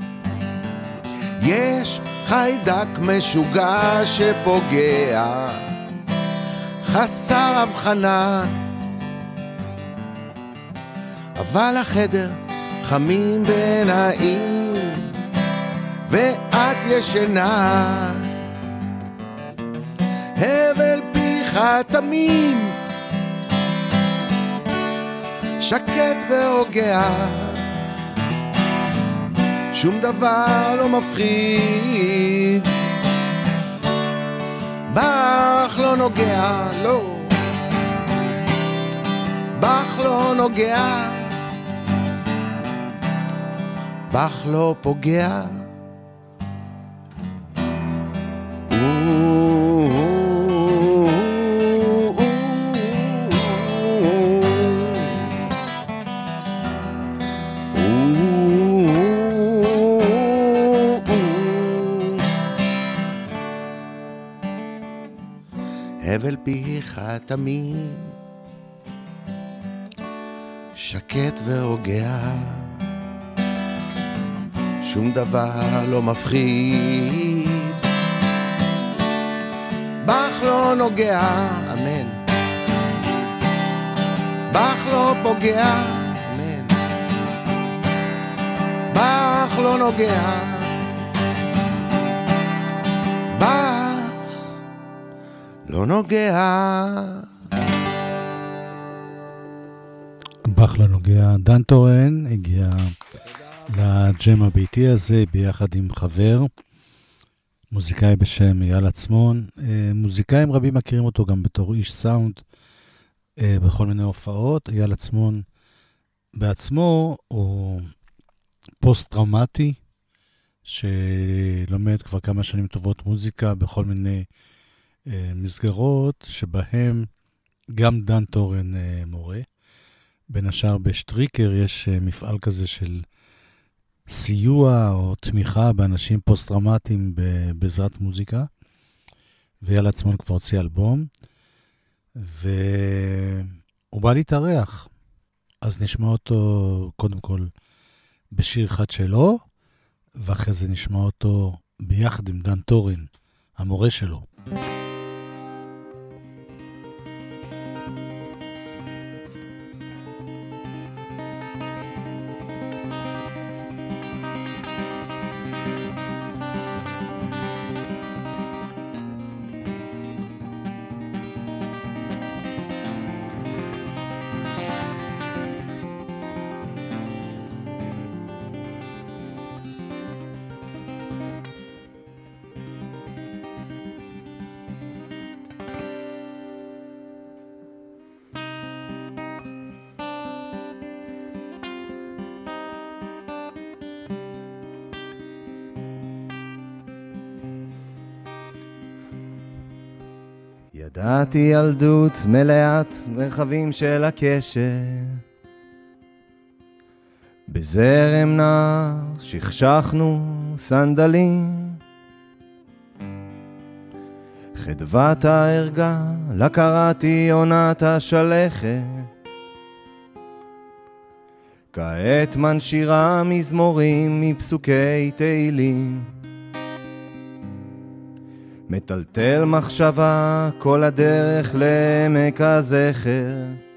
יש חיידק משוגע שפוגע, חסר הבחנה, אבל החדר חמים ונעים, ואת ישנה. הבל פיך תמים, שקט ורוגע, שום דבר לא מפחיד, בך לא נוגע, לא, בך לא נוגע, בך לא פוגע. הבל פיך תמים, שקט ורוגע, שום דבר לא מפחיד, בך לא נוגע, אמן, בך לא פוגע, אמן, בך לא נוגע, לא נוגע. באך לא נוגע. דן טורן הגיע לג'ם הביתי הזה ביחד עם חבר, מוזיקאי בשם אייל עצמון. מוזיקאים רבים מכירים אותו גם בתור איש סאונד בכל מיני הופעות. אייל עצמון בעצמו הוא פוסט-טראומטי, שלומד כבר כמה שנים טובות מוזיקה בכל מיני מסגרות, שבהם גם דן טורן מורה. בין השאר בשטריקר יש מפעל כזה של סיוע או תמיכה באנשים פוסט-טראומטיים בעזרת מוזיקה. ואייל עצמון כבר הוציא אלבום, והוא בא להתארח. אז נשמע אותו קודם כל בשיר אחד שלו, ואחרי זה נשמע אותו ביחד עם דן טורן, המורה שלו. ידעתי ילדות מלאת מרחבים של הקשר, בזרם נער שכשכנו סנדלים, חדוות הערגה לה קראתי עונת השלכת, כעת מנשירה מזמורים מפסוקי תהילים, מטלטל מחשבה כל הדרך לעמק הזכר,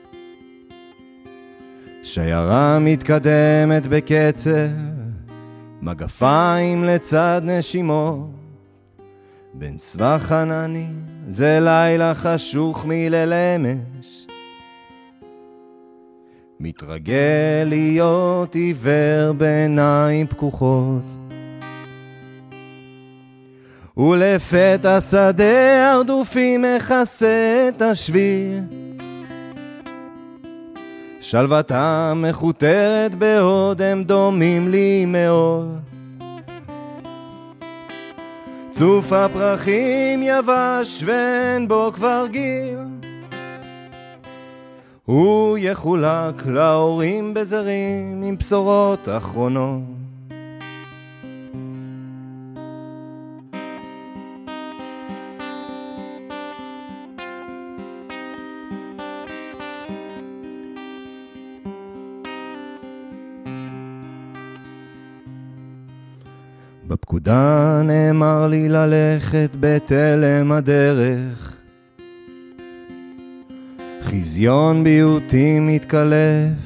שיירה מתקדמת בקצב, מגפיים לצד נשימות, בין סבך עננים זה לילה חשוך מליל אמש, מתרגל להיות עיוור בעיניים פקוחות, ולפתע שדה הרדופי מכסה את השביל, שלוותם מחותרת בעוד הם דומים לי מאוד, צוף הפרחים יבש ואין בו כבר גיל, הוא יחולק להורים בזרים עם בשורות אחרונות. בפקודה נאמר לי ללכת בתלם הדרך, חזיון ביוטי מתקלף,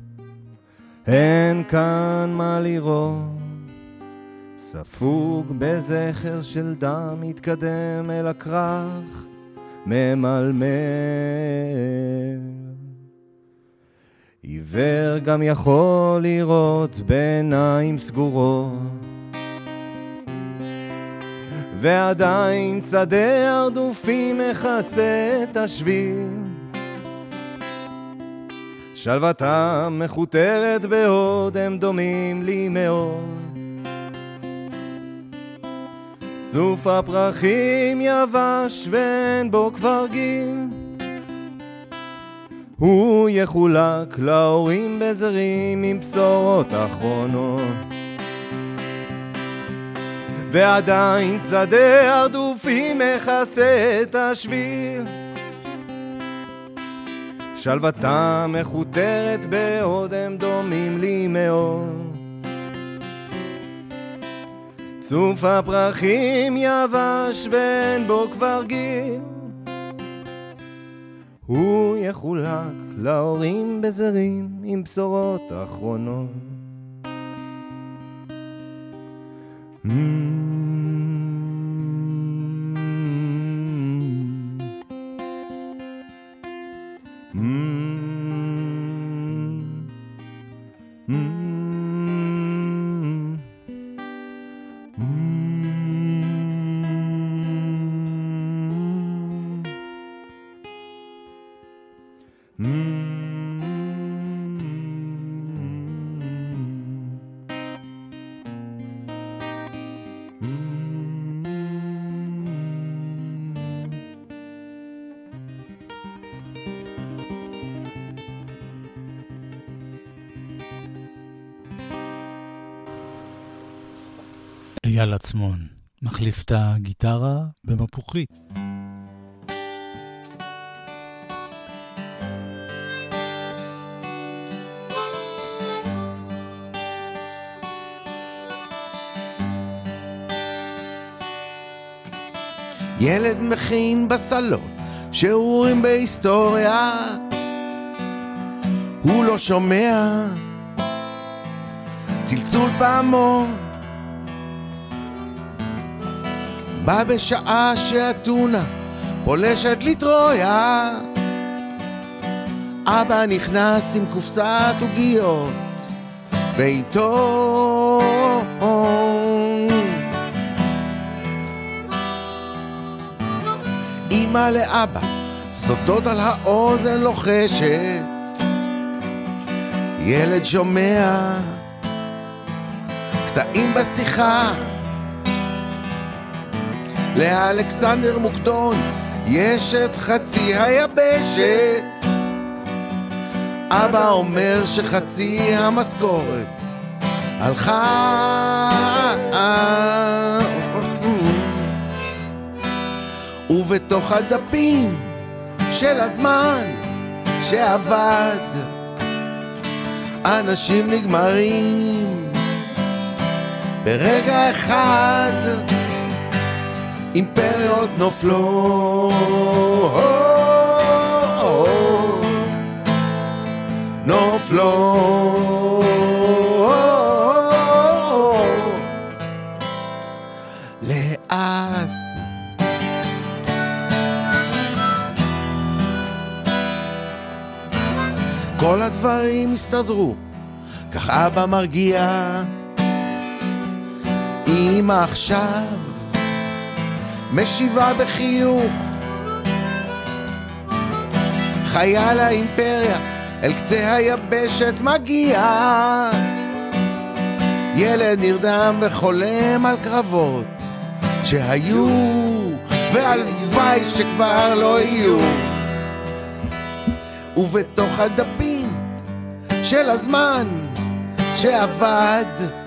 אין כאן מה לראות, ספוג בזכר של דם מתקדם אל הכרך ממלמל, עיוור גם יכול לראות בעיניים סגורות, ועדיין שדה הרדופי מכסה את השביל, שלוותם מחותרת בעוד הם דומים לי מאוד, צוף הפרחים יבש ואין בו כבר גיל, הוא יחולק להורים בזרים עם בשורות אחרונות, ועדיין שדה הרדופי מכסה את השביל, שלוותם מחותרת בעוד הם דומים לי מאוד, צוף הפרחים יבש ואין בו כבר גיל, הוא יחולק להורים בזרים עם בשורות אחרונות. אייל עצמון מחליף את הגיטרה במפוחית. ילד מכין בסלון שיעורים בהיסטוריה, הוא לא שומע צלצול פעמון, בא בשעה שהטונה פולשת לטרויה, אבא נכנס עם קופסת עוגיות בעיתון, אמא לאבא סודות על האוזן לוחשת, ילד שומע קטעים בשיחה, לאלכסנדר מוקדון יש את חצי היבשת, אבא אומר שחצי המשכורת הלכה, ובתוך הדפים של הזמן שעבד אנשים נגמרים ברגע אחד, אימפריות נופלות, נופלות לאט. כל הדברים הסתדרו, כך אבא מרגיע, אמא עכשיו משיבה בחיוך, חייל האימפריה אל קצה היבשת מגיע, ילד נרדם וחולם על קרבות שהיו והלוואי שכבר לא יהיו, ובתוך הדפים של הזמן שעבד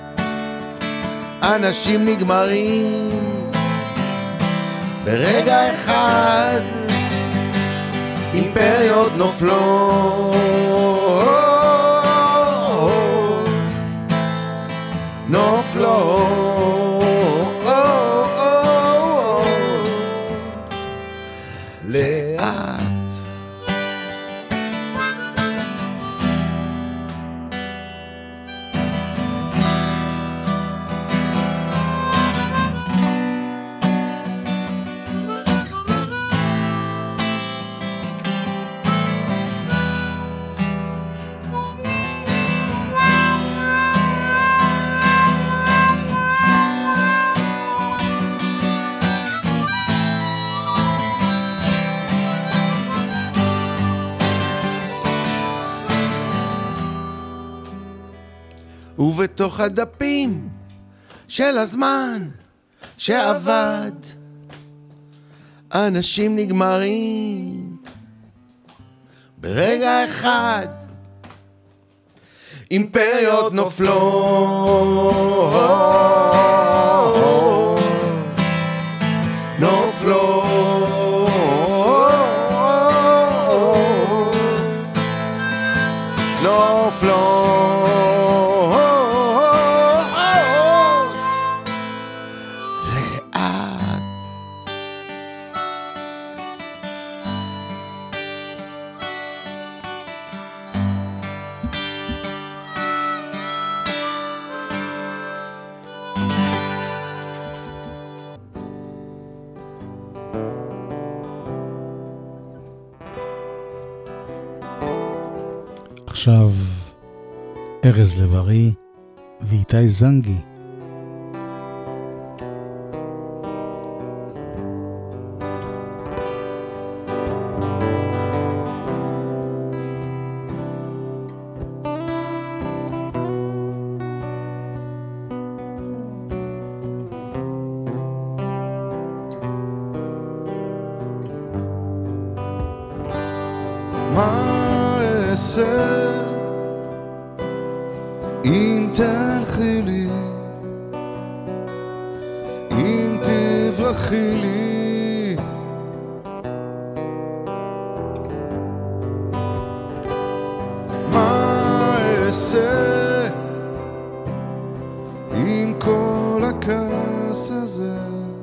אנשים נגמרים ברגע אחד, אימפריות נופלות, נופלות לאט. ובתוך הדפים של הזמן שעבד אנשים נגמרים ברגע אחד, אימפריות נופלות, נופלות נופלות עכשיו ארז לב-ארי ואיתי זנגי. מה אעשה אם תלכי לי, תלכי לי מה אעשה עם כל הכעס הזה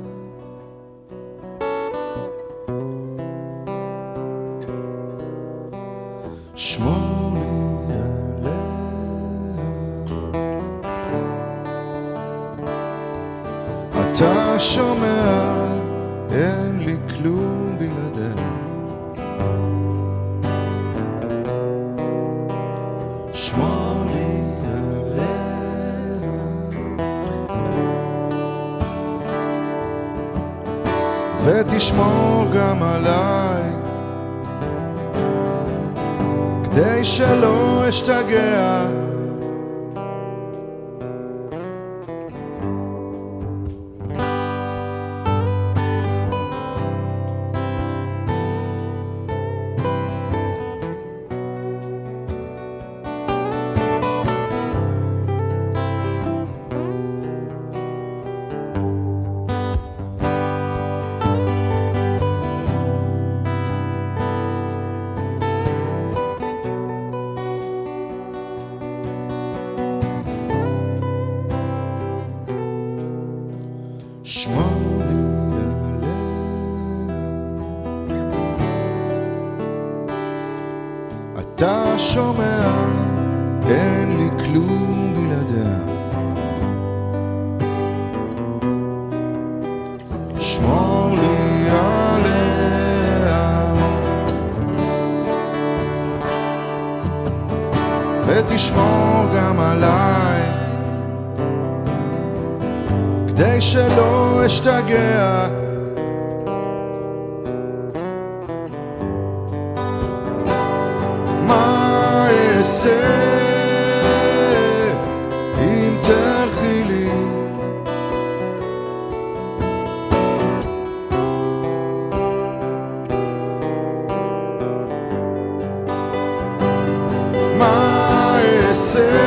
שמור לי עליה אתה שומע אין לי כלום בלעדיה שמור לי עליה ותשמור גם עליי כדי שלא אשתגע שמור לי עליה אתה שומע אין לי כלום בלעדיה שמור לי עליה ותשמור גם עליי כדי שלא אשתגע מה אעשה אם תלכי לי מה אעשה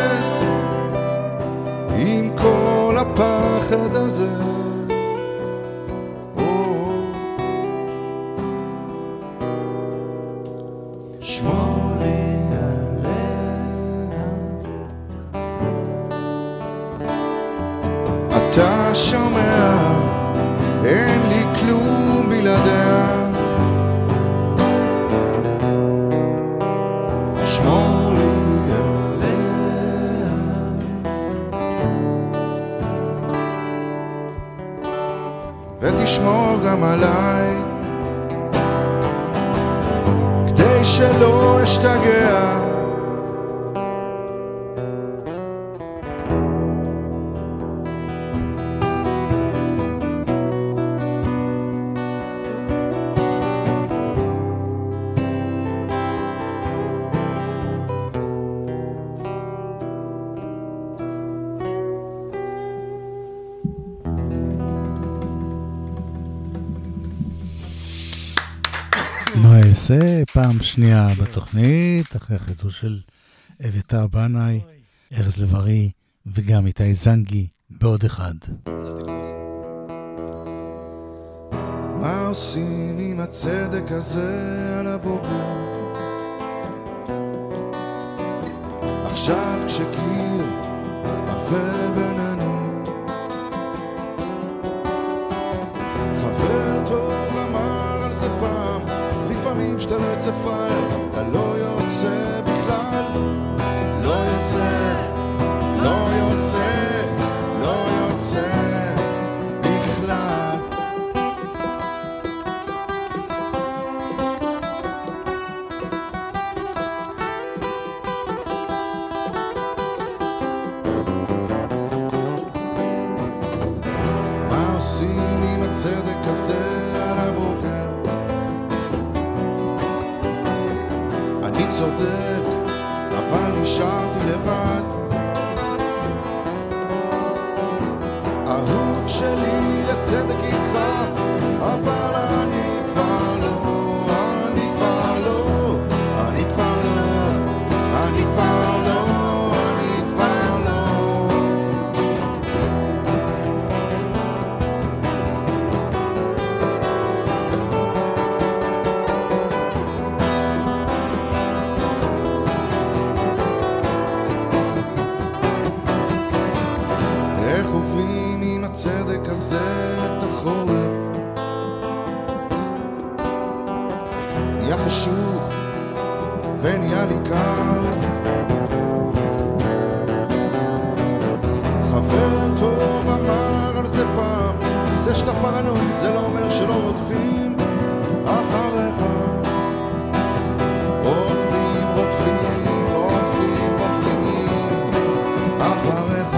עם כל הפחד הזה שמור לי עליה אתה שומע אין לי כלום בלעדיה שמור לי ותשמור גם עליי כדי שלא אשתגע מה אעשה? פעם שנייה בתוכנית, אחרי החידוש של אביתר בנאי, ארז לב-ארי וגם איתי זנגי בעוד אחד. מה עושים עם הצדק הזה על הבוקר? עכשיו כשקיר עבר בינינו חבר טוב אמר על זה פעם לפעמים שאתה לא יוצא פייר אתה לא יוצא בכלל לא יוצא לא יוצא לא יוצא בכלל מה עושים עם הצדק הזה על הבוקר? אני צודק, אבל נשארתי לבד אהוב שלי, הצדק איתך אבל אני כבר לא אני כבר לא אני כבר לא אני כבר לא אני כבר לא זה לא אומר שלא רודפים אחריך. רודפים, רודפים, רודפים, רודפים אחריך.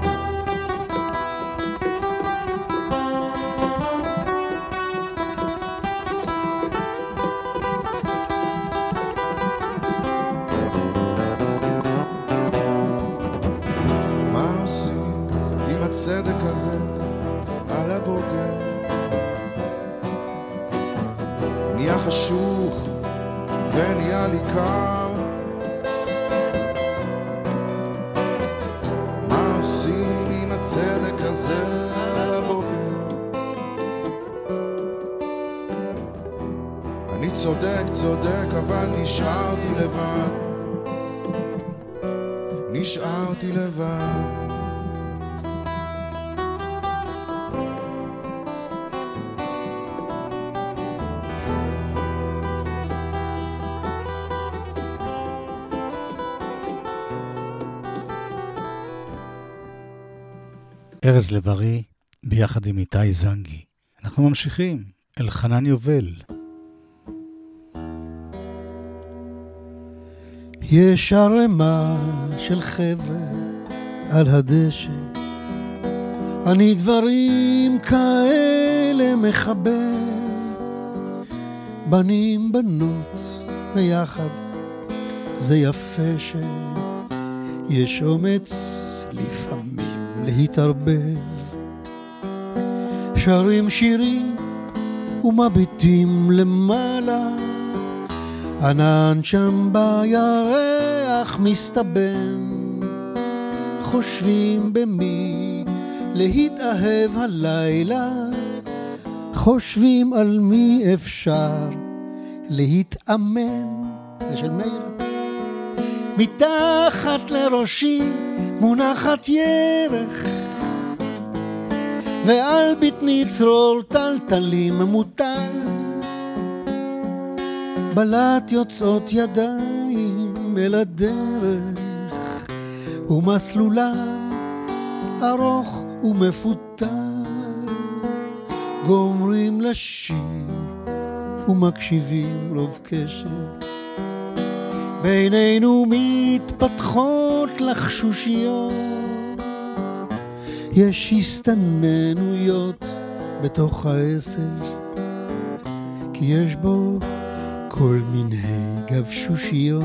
מה עושים עם הצדק הזה על הבוקר? נהיה חשוך ונהיה לי קר. מה עושים עם הצדק הזה על הבוקר? אני צודק, צודק, אבל נשארתי לבד. נשארתי לבד. ארז לב-ארי ביחד עם איתי זנגי. אנחנו ממשיכים אל חנן יובל. יש ערמה של חבר'ה על הדשא, אני דברים כאלה מחבר, בנים בנות ביחד, זה יפה שיש אומץ לפעמים להתערבב. שרים שירים ומביטים למעלה, ענן שם בירח מסתבן, חושבים במי להתאהב הלילה, חושבים על מי אפשר להתאמן. זה של מאיר. מתחת לראשי מונחת ירח, ועל בטני צרור טלטלים מוטל, בלט יוצאות ידיים אל הדרך, ומסלולם ארוך ומפותל, גומרים לשיר ומקשיבים רוב קשב, בינינו מתפתחות לחשושיות, יש הסתננויות בתוך העשב, כי יש בו כל מיני גבשושיות,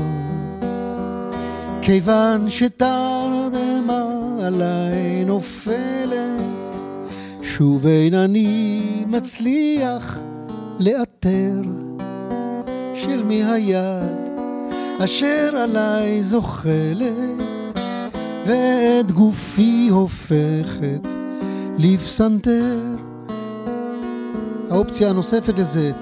כיוון שתרדמה עליי נופלת, שוב אינני מצליח לאתר של מי היד אשר עליי זוחלת, ואת גופי הופכת לפסנתר. האופציה הנוספת לזה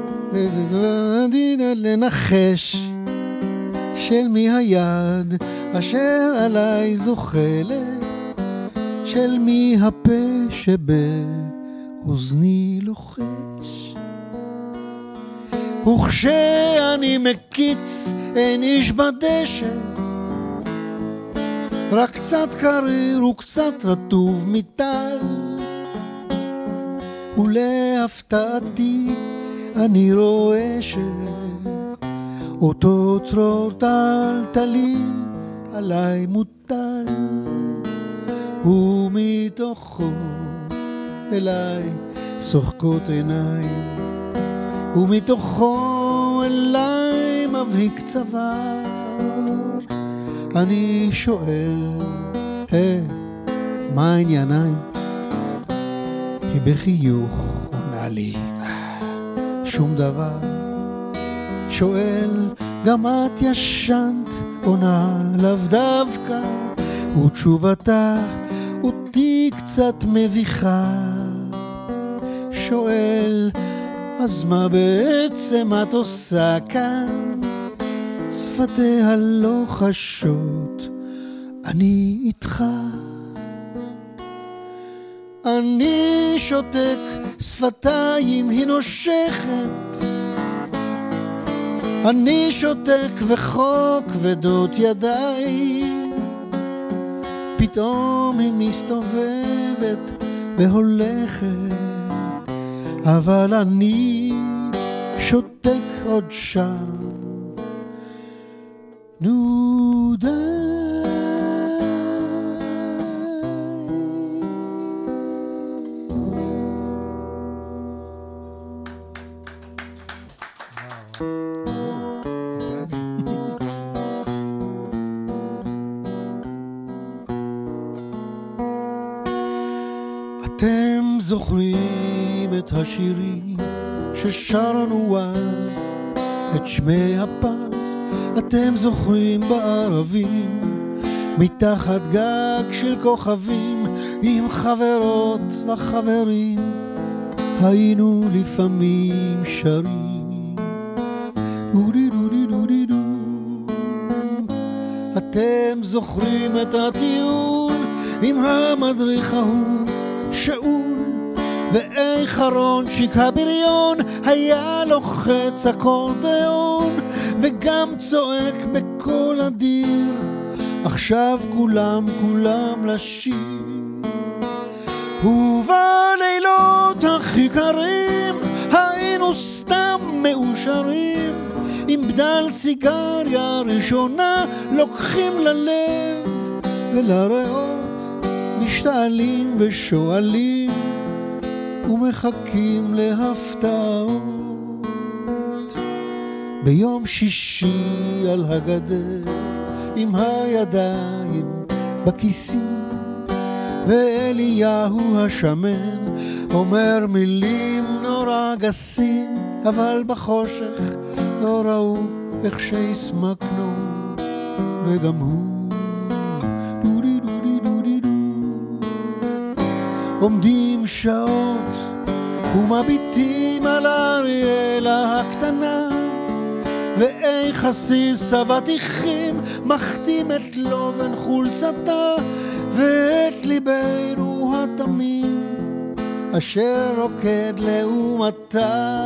לנחש של מי היד אשר עליי זוחלת, של מי הפה שבאוזני לוחש. וכשאני מקיץ אין איש בדשא, רק קצת קריר וקצת רטוב מטל, ולהפתעתי אני רואה שאותו צרור טלטלים עליי מוטל, ומתוכו אליי שוחקות עיניים, ומתוכו אליי מבהיק צוואר. אני שואל, מה הענייניים? היא בחיוך עונה לי, שום דבר. שואל, גם את ישנת? עונה, לאו דווקא. ותשובתה אותי קצת מביכה. שואל, אז מה בעצם את עושה כאן? שפתיה לא חשות, אני איתך. אני שותק, שפתיים היא נושכת. אני שותק וכה כבדות ידיי. פתאום היא מסתובבת והולכת, אבל אני שותק עוד שם. נו די. אתם זוכרים את השירים ששרנו אז, את שמי הפז, אתם זוכרים בערבים, מתחת גג של כוכבים, עם חברות וחברים, היינו לפעמים שרים. דודי דודי דודי דו. אתם זוכרים את הטיול עם המדריך ההוא, שאול, ואיך ארונצ'יק הבריון היה לוחץ אקורדיון וגם צועק בקול אדיר, עכשיו כולם לשיר. ובלילות הכי קרים היינו סתם מאושרים, עם בדל סיגריה ראשונה לוקחים ללב ולריאות, משתעלים ושואלים ומחכים להפתעות. ביום שישי על הגדר עם הידיים בכיסים, ואליהו השמן אומר מילים נורא גסים, אבל בחושך לא ראו איך שהסמקנו, וגם הוא דודי דודי דודי דו. עומדים שעות ומביטים על אריאלה הקטנה, ואיך הסיס אבטיחים מחתים את לובן חולצתה, ואת ליבנו התמים אשר רוקד לעומתה.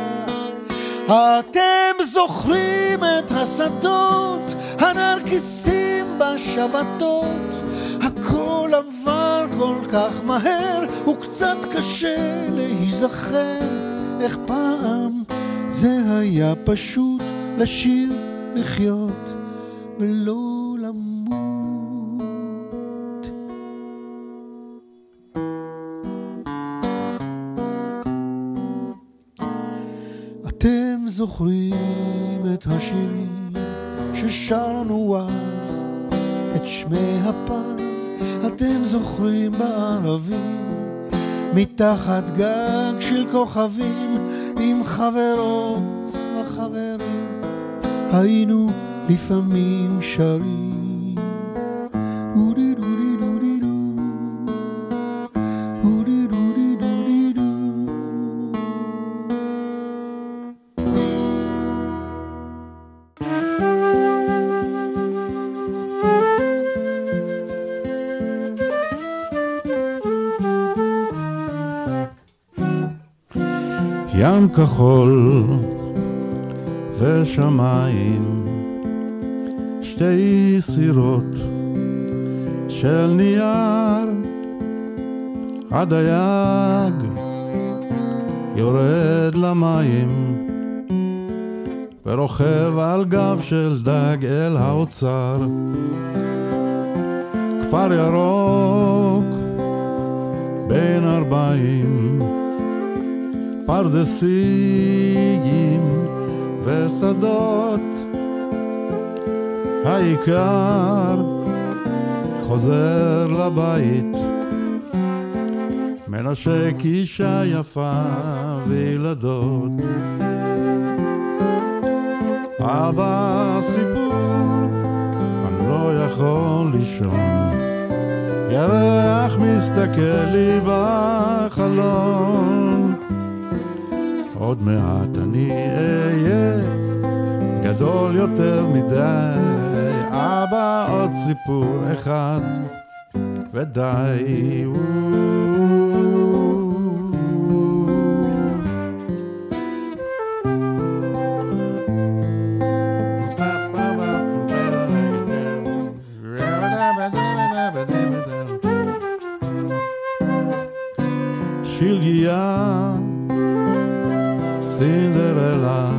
אתם זוכרים את השדות, הנרקיסים בשבתות, הכל עבר כל כך מהר וקצת קשה להיזכר איך פעם זה היה פשוט לשיר, לחיות ולא למות. אתם זוכרים את השירים ששרנו אז, את שמי הפז, אתם זוכרים בערבים, מתחת גג של כוכבים, עם חברות וחברים, היינו לפעמים שרים. דודי דודי דודי דו, דודי דודי דודי דו. ים כחול ושמיים, שתי סירות של נייר, הדייג יורד למים ורוכב על גב של דג אל האוצר. כפר ירוק בין 40, פרדסים ושדות, העיקר חוזר לבית, מנשק אישה יפה וילדות. אבא סיפור, אני לא יכול לישון, ירח מסתכל לי בחלון, עוד מעט אני אהיה גדול יותר מדי. אבא, עוד סיפור אחד ודי. שלגיה סינדרלה,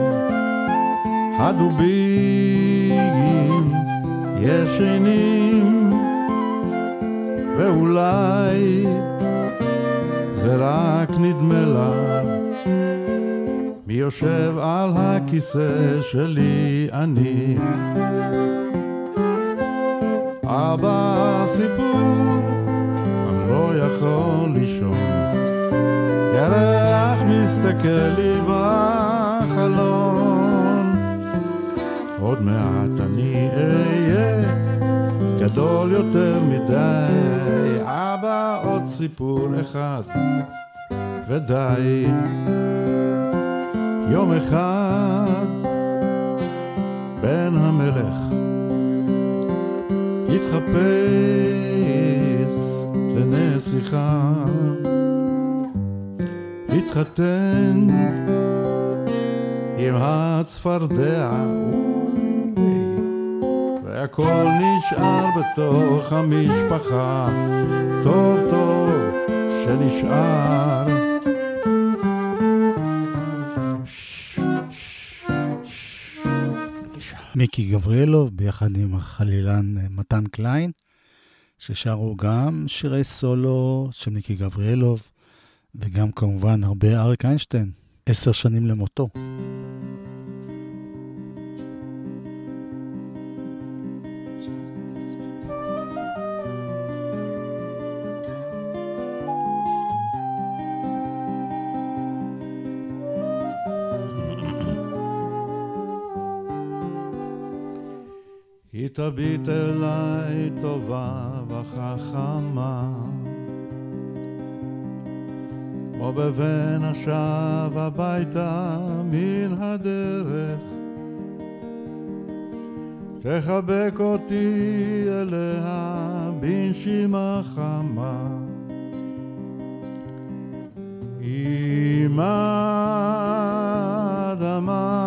הדובים ישנים, ואולי זה רק נדמה לה, מי יושב על הכיסא שלי אני. אבא סיפור, אני לא יכול לישון, ירח מסתכל לי בחלון, עוד מעט אני אהיה גדול יותר מדי. אבא, עוד סיפור אחד ודי. יום אחד בן המלך התחפש לנסיכה, התחתן עם הצפרדע, והכל נשאר בתוך המשפחה. טוב טוב שנשאר. מיקי גבריאלוב ביחד עם החלילן מתן קליין, ששרו גם שירי סולו של מיקי גבריאלוב, וגם כמובן הרבה אריק איינשטיין, 10 שנים למותו. היא תביט אליי טובה וחכמה, כמו בבן השב הביתה מן הדרך, תחבק אותי אליה בנשימה חמה. אמא אדמה,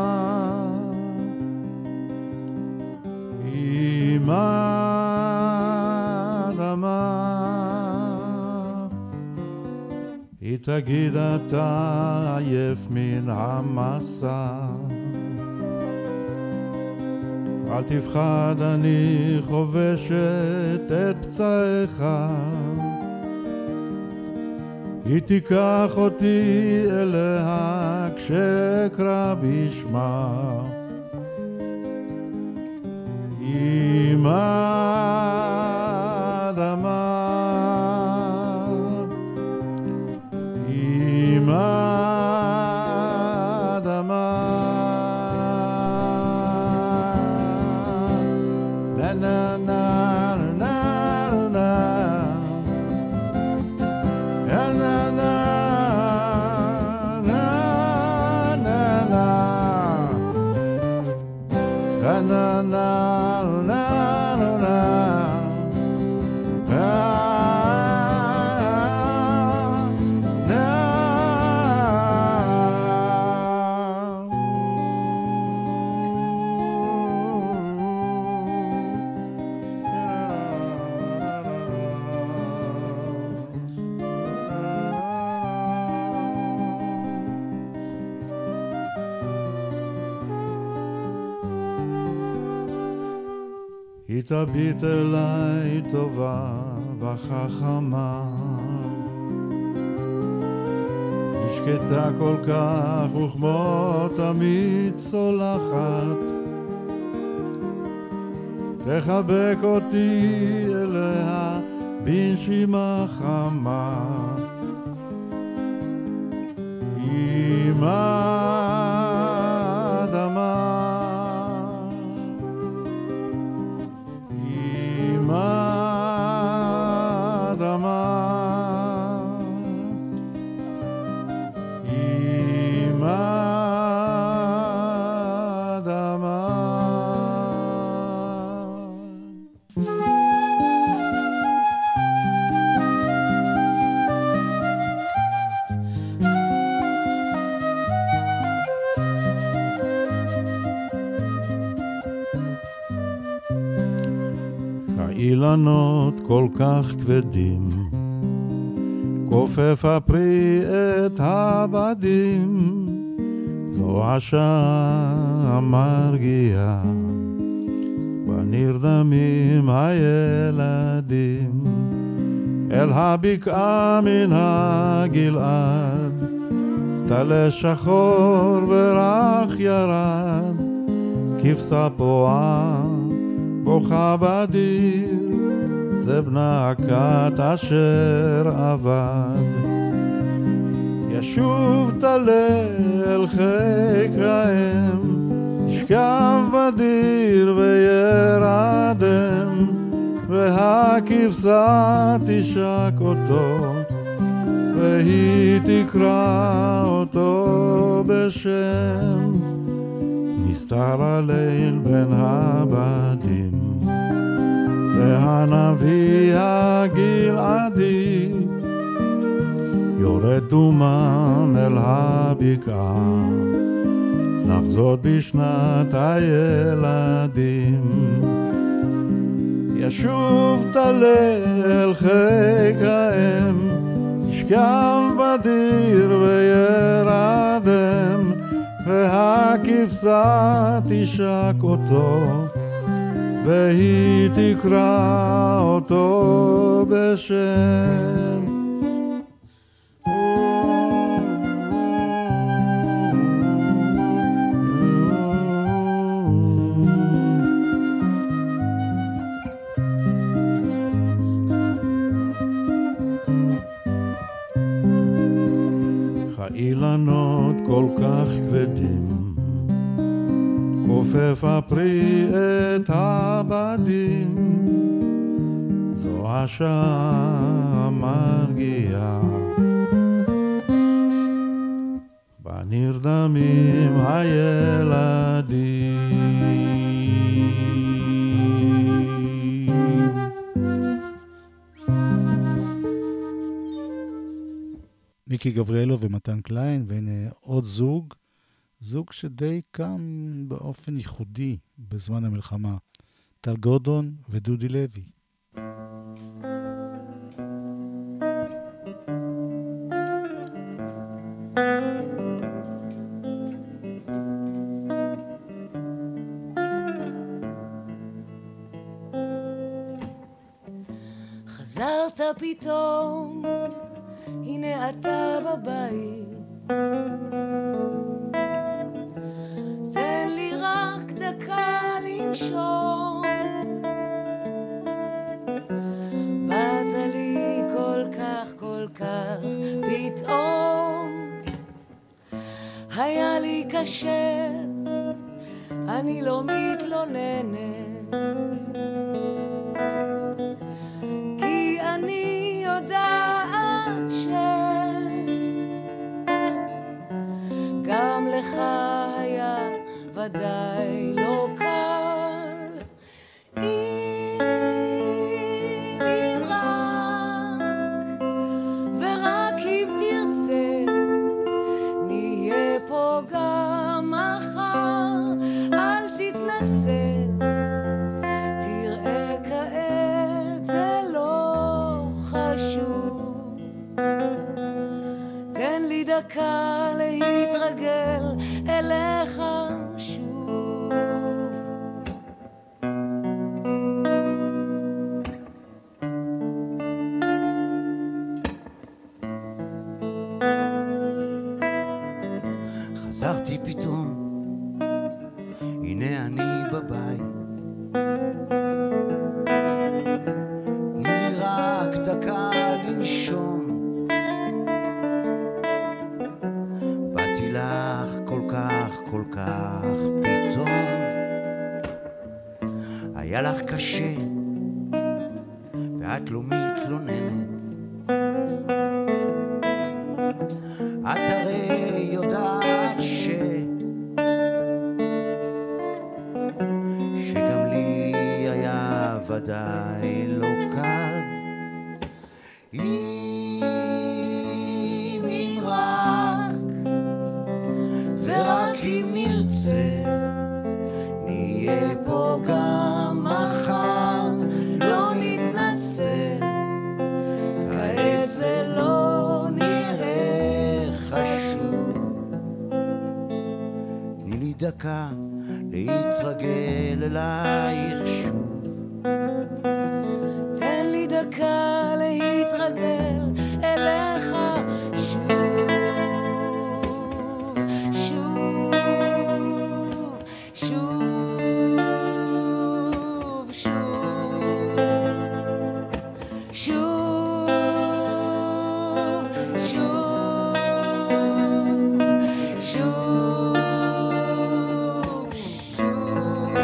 אמא אדמה, היא תגיד אתה עייף מן המסע, אל תפחד אני חובשת את פצעיך, היא תיקח אותי אליה כשאקרא בשמה. אמא אדמה, אמא אדמה, na na na na na, na na na na na na, na na. היא תביט אליי טובה וחכמה, היא שקטה כל כך וכמו תמיד סולחת, תחבק אותי אליה בנשימה חמה. אמא אדמה, האילנות כל כך כבדים, כופף הפרי את הבדים, זו השעה המרגיעה, ונרדמים הילדים אל הבקעה מן הגלעד, טלה שחור ורח ירד, כבשה פועה בוכה בדיר, זה בנה הכת אשר אבד. ישוב טלה אל חיק האם, ישכב בדיר וירדם, והכבשה תשק אותו, והיא תקרא אותו בשם. נסתר הליל בין הבדים, והנביא הגלעדי יורד דומם אל הבקעה, נחזות בשנת הילדים. ישוב טלה אל חיק האם, ישכב בדיר וירדם, והכבשה תשק אותו, והיא תקרא אותו בשם. האילנות כל כך כבדים, כופף הפרי את הבדים, זו השעה המרגיעה, בנרדמים הילדים. מיקי גבריאלו ומתן קליין, והנה עוד זוג שדי קם באופן ייחודי בזמן המלחמה, טל גורדון ודודי לוי. חזרת פתאום, הנה אתה בבית, תן לי רק דקה לנשום, באת לי כל כך פתאום, היה לי קשה, אני לא מתלוננת, כי אני יודעת גם לך היה ודאי לא קל, אם רק ורק אם תרצה נהיה פה גם מחר, אל תתנצל, תראה כעת זה לא חשוב, תן לי דקה להתרגל אליך שוב. חזרתי פתאום, הנה אני בבית, תני לי רק דקה לנשום, באתי לך כל כך פתאום, היה לך קשה ואת לא מתלוננת, את הרי יודעת שגם לי היה ודאי לא קל, אם רק ורק אם נרצה נהיה פה גם מחר, לא נתנצל, כעת זה לא נראה חשוב, דקה להתרגל אלייך שוב. תן לי דקה להתרגל אליך שוב, שוב, שוב, שוב, שוב, שוב, שוב, שוב.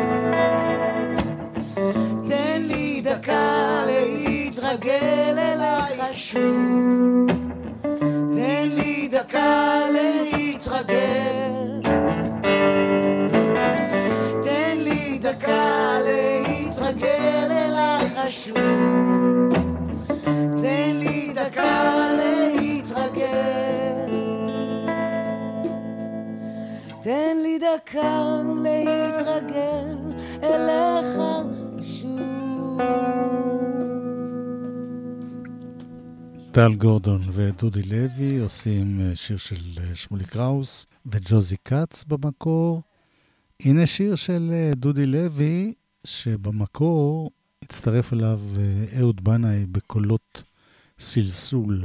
תן לי דקה להתרגל אלייך שוב. תן לי דקה להתרגל. תן לי דקה להתרגל אלייך שוב. תן לי דקה להתרגל. תן לי דקה להתרגל אליך שוב. טל גורדון ודודי לוי עושים שיר של שמולי קראוס וג'וזי קאץ במקור. הנה שיר של דודי לוי שבמקור הצטרף אליו אהוד בנאי בקולות סלסול.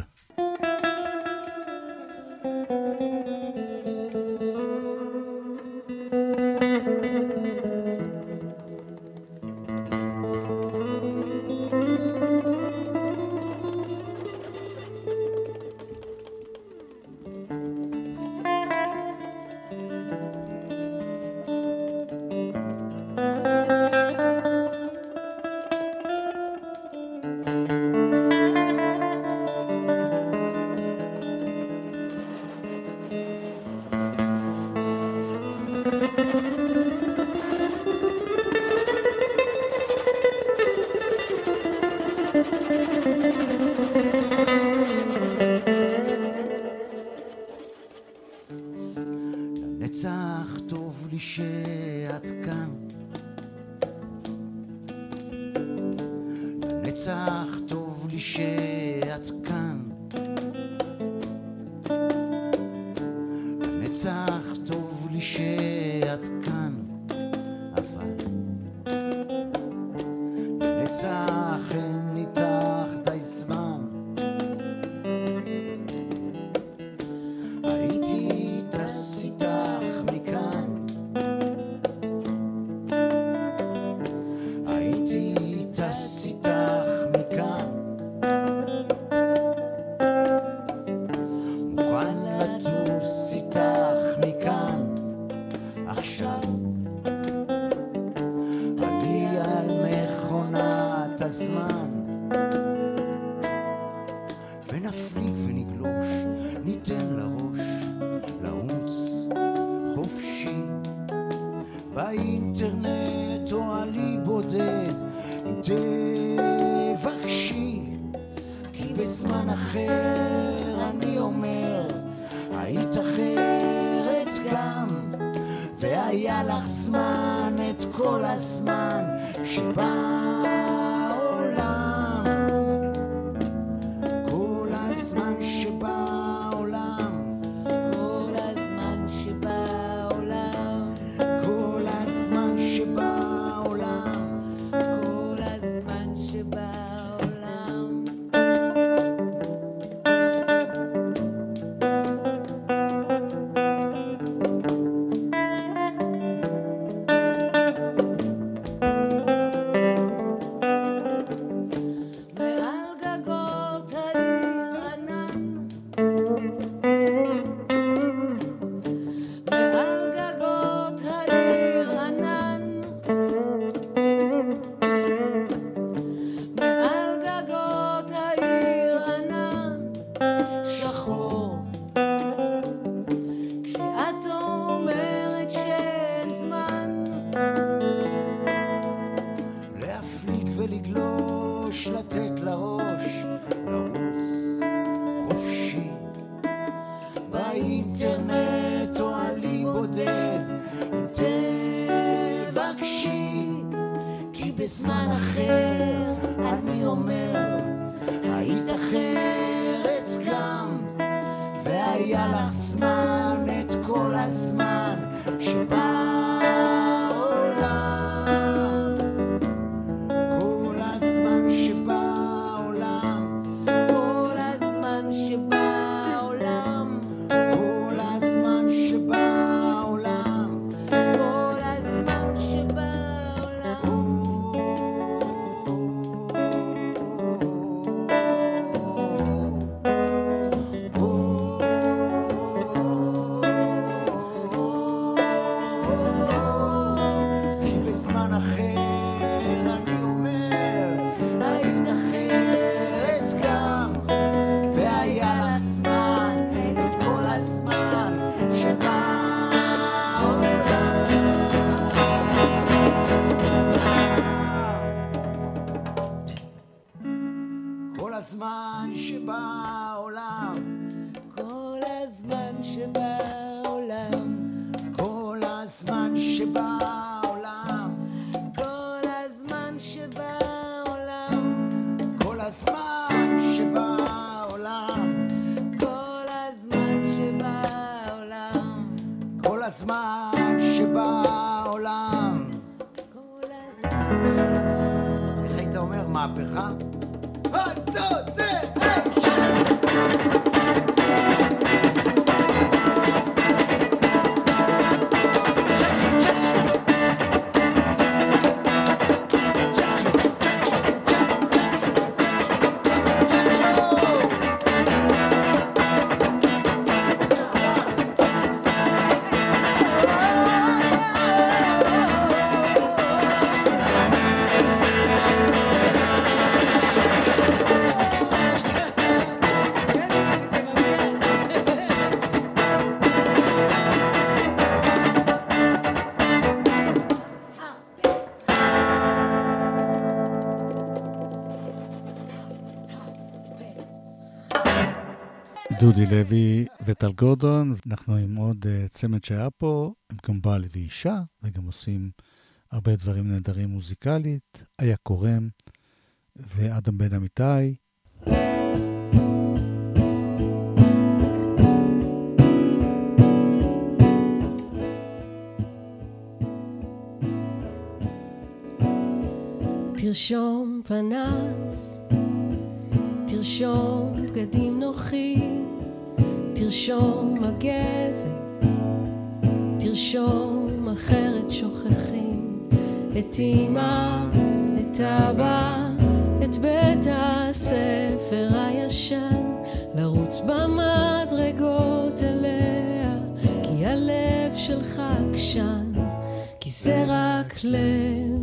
לנצח טוב לי שאת כאן, לנצח טוב לי שאת כאן, לנצח טוב לי שאת כאן, אבל לנצח אין איתך די זמן. הייתי טס איתך מכאן, הייתי טס איתך מכאן, מוכן לטוס איתך מכאן עכשיו. עלי על מכונת הזמן ונפליג ונגלוש, ניתן לראש לעוץ חופשי באינטרנט או עלי בודד. אם תבקשי, כי בזמן אחר אני אומר היית אחרת גם, והיה לך זמן את כל הזמן שבעולם, כל הזמן שבעולם, כל הזמן שבעולם, כל הזמן שבעולם. כל הזמן שבעולם. מעל גגות העיר ענן, מעל גגות העיר ענן, מעל גגות העיר ענן שחור. כשאת אומרת שאין זמן להפליג ולגלוש, לתת לראש לרוץ חופשי באינטרנט או עלי בודד. אם תבקשי, כי בזמן אחר אני אומר היית אחרת גם, והיה לך זמן את כל הזמן שבעולם. הזמן שבעולם. איך היית אומר, מהפכה? דודי לוי וטל גורדון, אנחנו עם עוד צמד שהיה פה, הם גם בעל ואישה, וגם עושים הרבה דברים נהדרים מוזיקלית, היה קורם ואדם בן אמיתי. תרשום פנס, תרשום בגדים נוחים, תרשום מגבת, תרשום אחרת שוכחים את אמא, את אבא, את בית הספר הישן, לרוץ במדרגות אליה, כי הלב שלך עקשן, כי זה רק לב,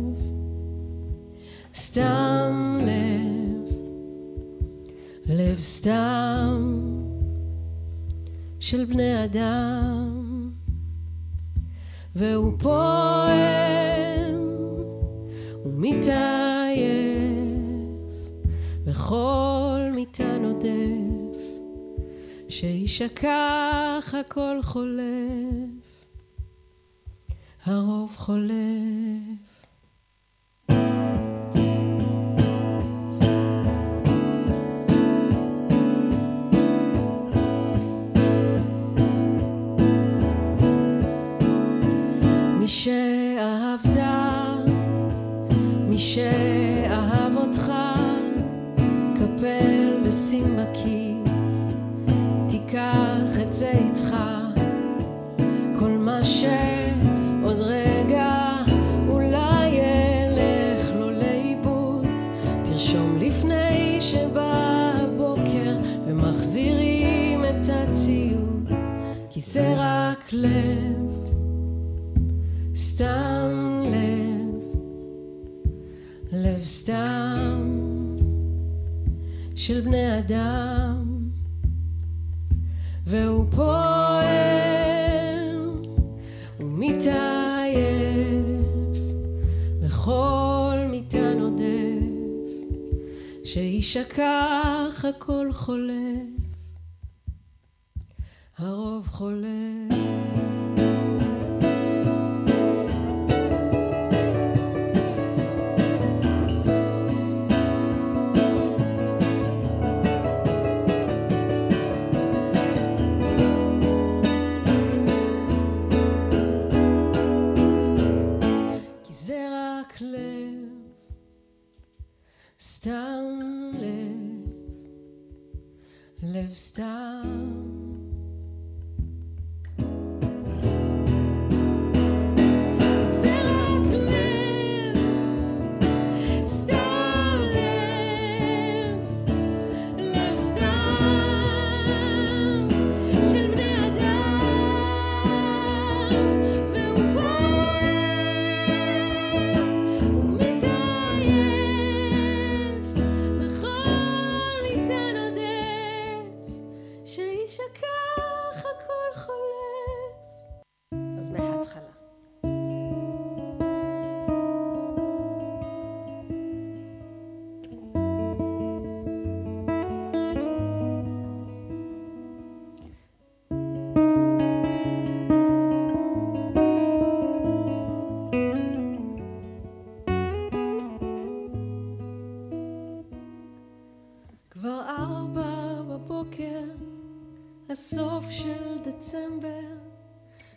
סתם לב, לב סתם של בני אדם, והוא פועם ומתעייף, וכל מיטה נודף, שישכח הכל חולף, הרוב חולף. מי שאהבת, מי שאהב אותך, קפל ושים בכיס, תיקח את זה איתך, כל מה שעוד רגע אולי ילך לו לאיבוד, תרשום לפני שבא הבוקר ומחזירים את הציוד, כי זה רק לב, סתם לב, לב סתם של בני אדם, והוא פועם ומתעייף, וכל מיטה נודף, שישכח הכל חולף, הרוב חולף. סתם לב, לב סתם זה רק לב, סתם לב, לב סתם של בני אדם, והוא מתעייף, שישכח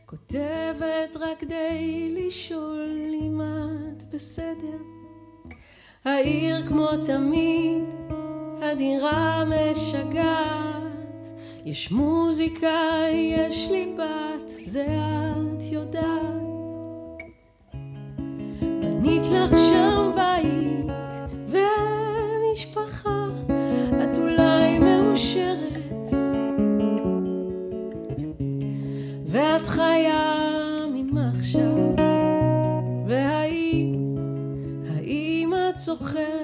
כותבת רק די לשאול אם את בסדר. העיר כמו תמיד, הדירה משגעת, יש מוזיקה, יש לי בת, זה את יודעת. בנית לך שם בית ומשפחה, את אולי מאושרת, ואת חיה ממחשב, והאם את זוכרת?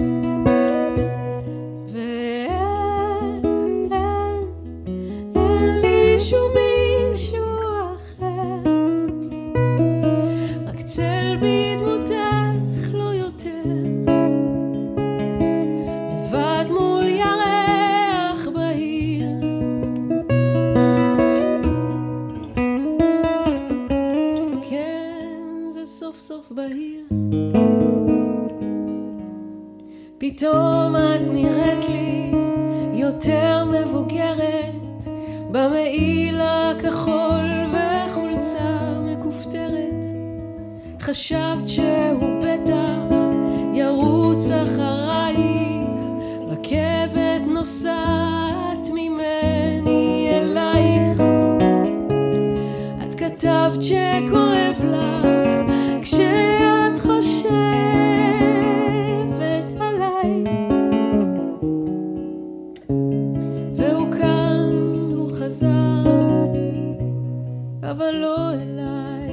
פתאום את נראית לי יותר מבוגרת, במעיל הכחול וחולצה מכופתרת. חשבת שהוא בטח ירוץ אחרייך, רכבת נוסעת ממני אלייך. את כתבת שכואב לך כשאת חושבת עליי, והוא כאן, הוא חזר, אבל לא אליי.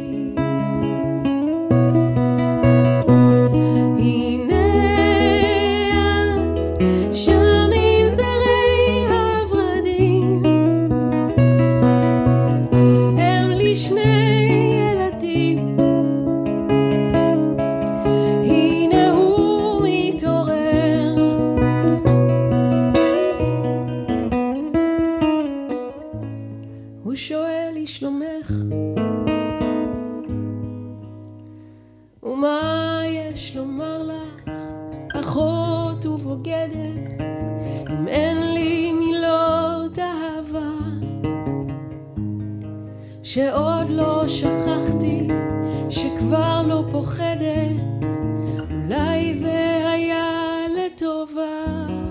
שעוד לא שכחתי, שכבר לא פוחדת, אולי זה היה לטובה.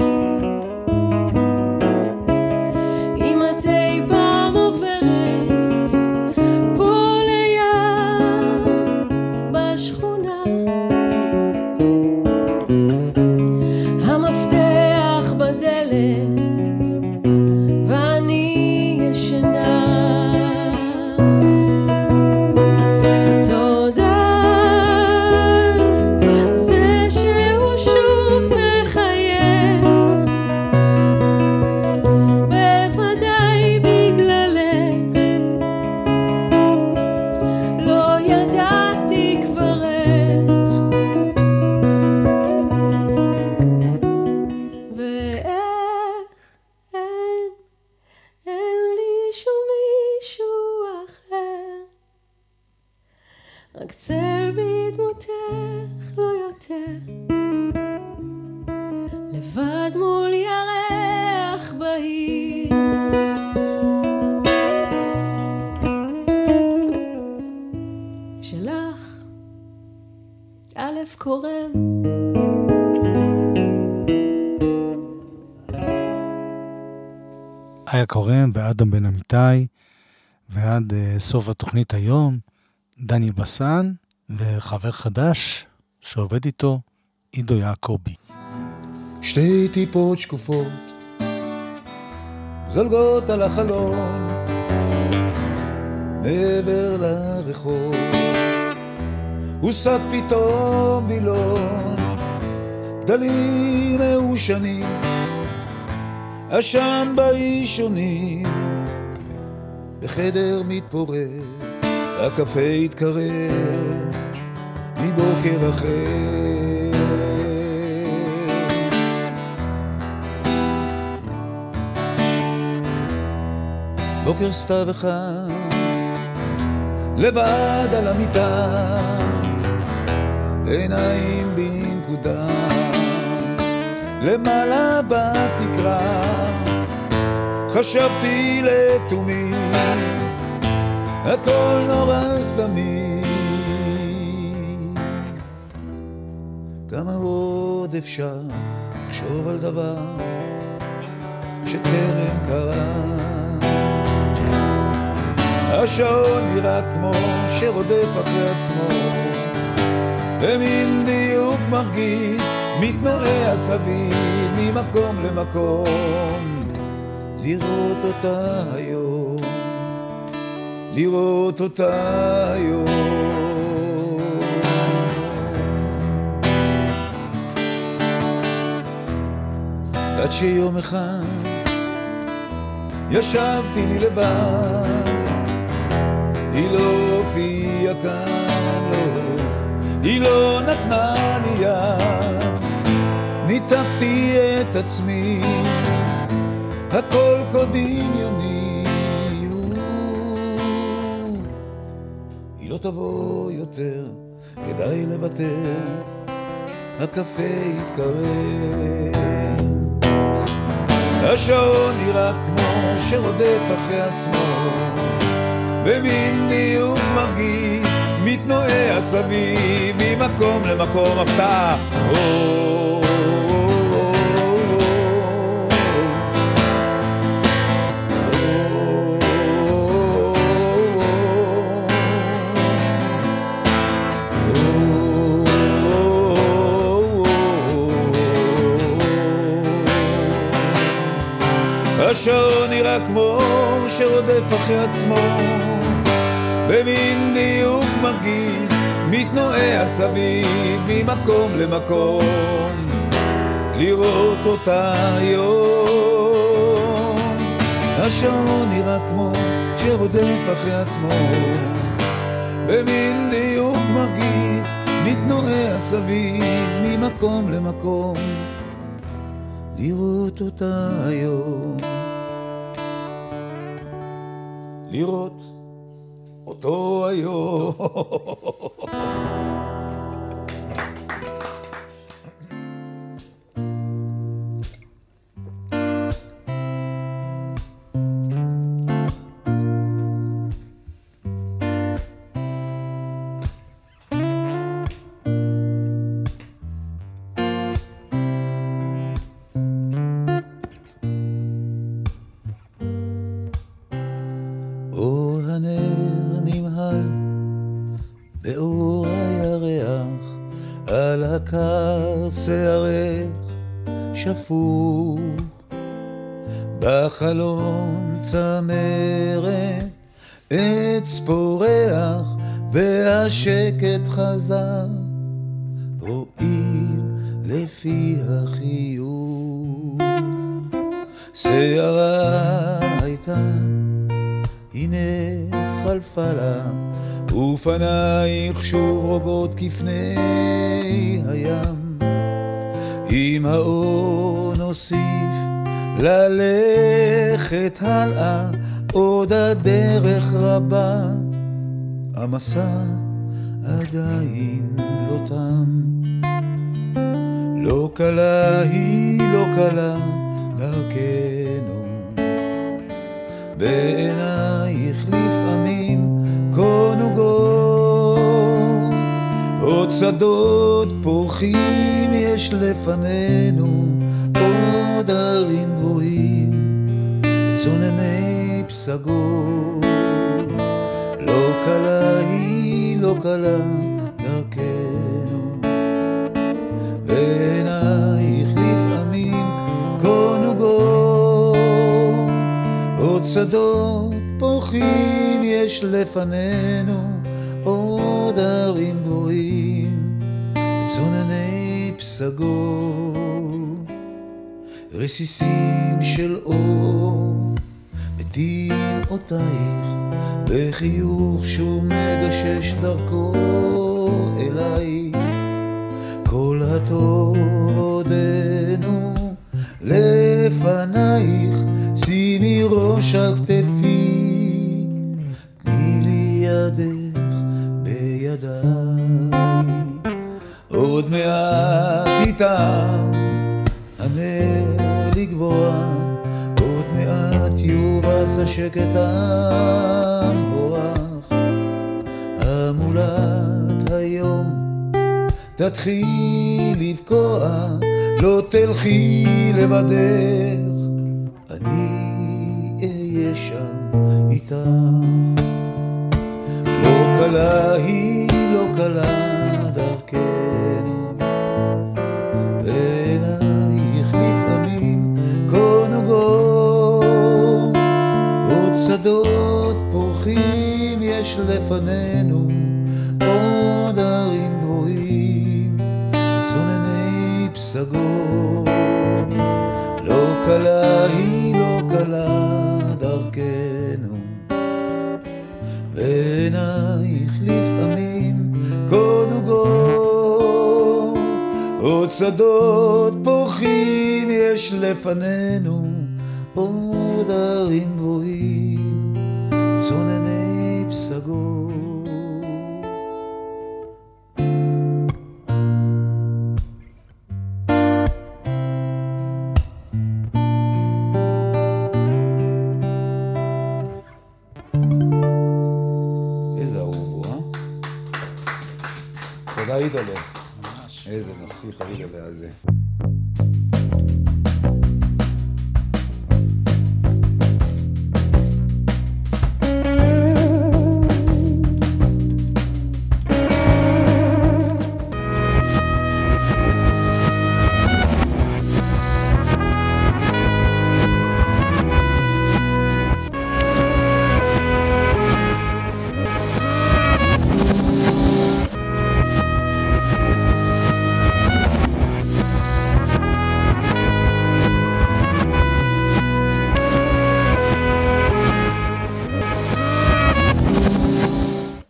אם את אי פעם עוברת פה ליד בשכונה, המפתח בדלת ואני ישנה. רק צל בדמותך, לא יותר, לבד מול ירח בהיר. שלך א' קורם, איה קורם ואדם בן אמיתי, ועד סוף התוכנית היום דני בסן וחבר חדש שעובד איתו, עידו יעקובי. שתי טיפות שקופות זולגות על החלון מעבר לרחוב, הוסת פתאום בילון, גדלים מאושנים, עשן באישונים, בחדר מתפורר הקפה יתקרב מבוקר אחר. בוקר סתיו אחד לבד על המיטה, עיניים בנקודה, למעלה בתקרה חשבתי לתומי הכל נורא סתמי. כמה עוד אפשר לחשוב על דבר שטרם קרה? השעון נראה כמו שרודף אחרי עצמו, במין דיוק מרגיז מתנועע סביב ממקום למקום. לראות אותה היום, לראות אותה היום. עד שיום אחד ישבתי לי לבד, היא לא הופיעה כאן, לא, היא לא נתנה לי יד. ניתקתי את עצמי, הכל כה דמיוני. היא לא תבוא יותר, כדאי לוותר, הקפה יתקרב. השעון נראה כמו שרודף אחרי עצמו, במין דיוק מרגיז מתנועע סביב ממקום למקום. הפתעה השעון נראה כמו שרודף אחרי עצמו, במין דיוק מרגיז מתנועע סביב ממקום למקום. לראות אותה היום, השעון נראה כמו שרודף אחרי עצמו, במין דיוק מרגיז מתנועע סביב ממקום למקום. לראות אותה היום, לראות אותו היום. שפוך בחלון צמרת עץ פורח והשקט חזר, רואים לפי החיוך. שערה הייתה הנה חלפה לה, ופנייך שוב רוגות כפני הים. עם האור נוסיף ללכת הלאה, עוד הדרך רבה, המסע עדיין לא תם. לא קלה היא לא קלה דרכנו, בעינייך לפעמים קונוגות, עוד שדות פורחים יש לפנינו, עוד ערים גבוהים צונני פסגות. לא קלה היא לא קלה דרכנו, בעינייך לפעמים קונוגות, עוד שדות פורחים יש לפנינו, עוד ערים גבוהים צונני פסגות. רסיסים של אור מתים אותייך, בחיוך שוב מגשש דרכו אליי. כל הטוב עודנו לפנייך, שימי ראש על כתפי, תני לי ידך בידיי. עוד מעט איתם הנר לגבוה, עוד מעט יובס השקט המבורח. תתחיל לבקוע, לא תלכי לבדך, אני אהיה שם איתך. לא קלה היא, לא קלה דרכנו, בעינייך לפעמים כה נוגות, עוד שדות פורחים יש לפנינו, עוד ערים גבוהים צונני פסגות. לא קלה היא, לא קלה דרכנו, בעינייך לפעמים כה נוגות, עוד שדות פורחים יש לפנינו, עוד ערים גבוהים צונני פסגות. איזה נסיך היית עליה הזה.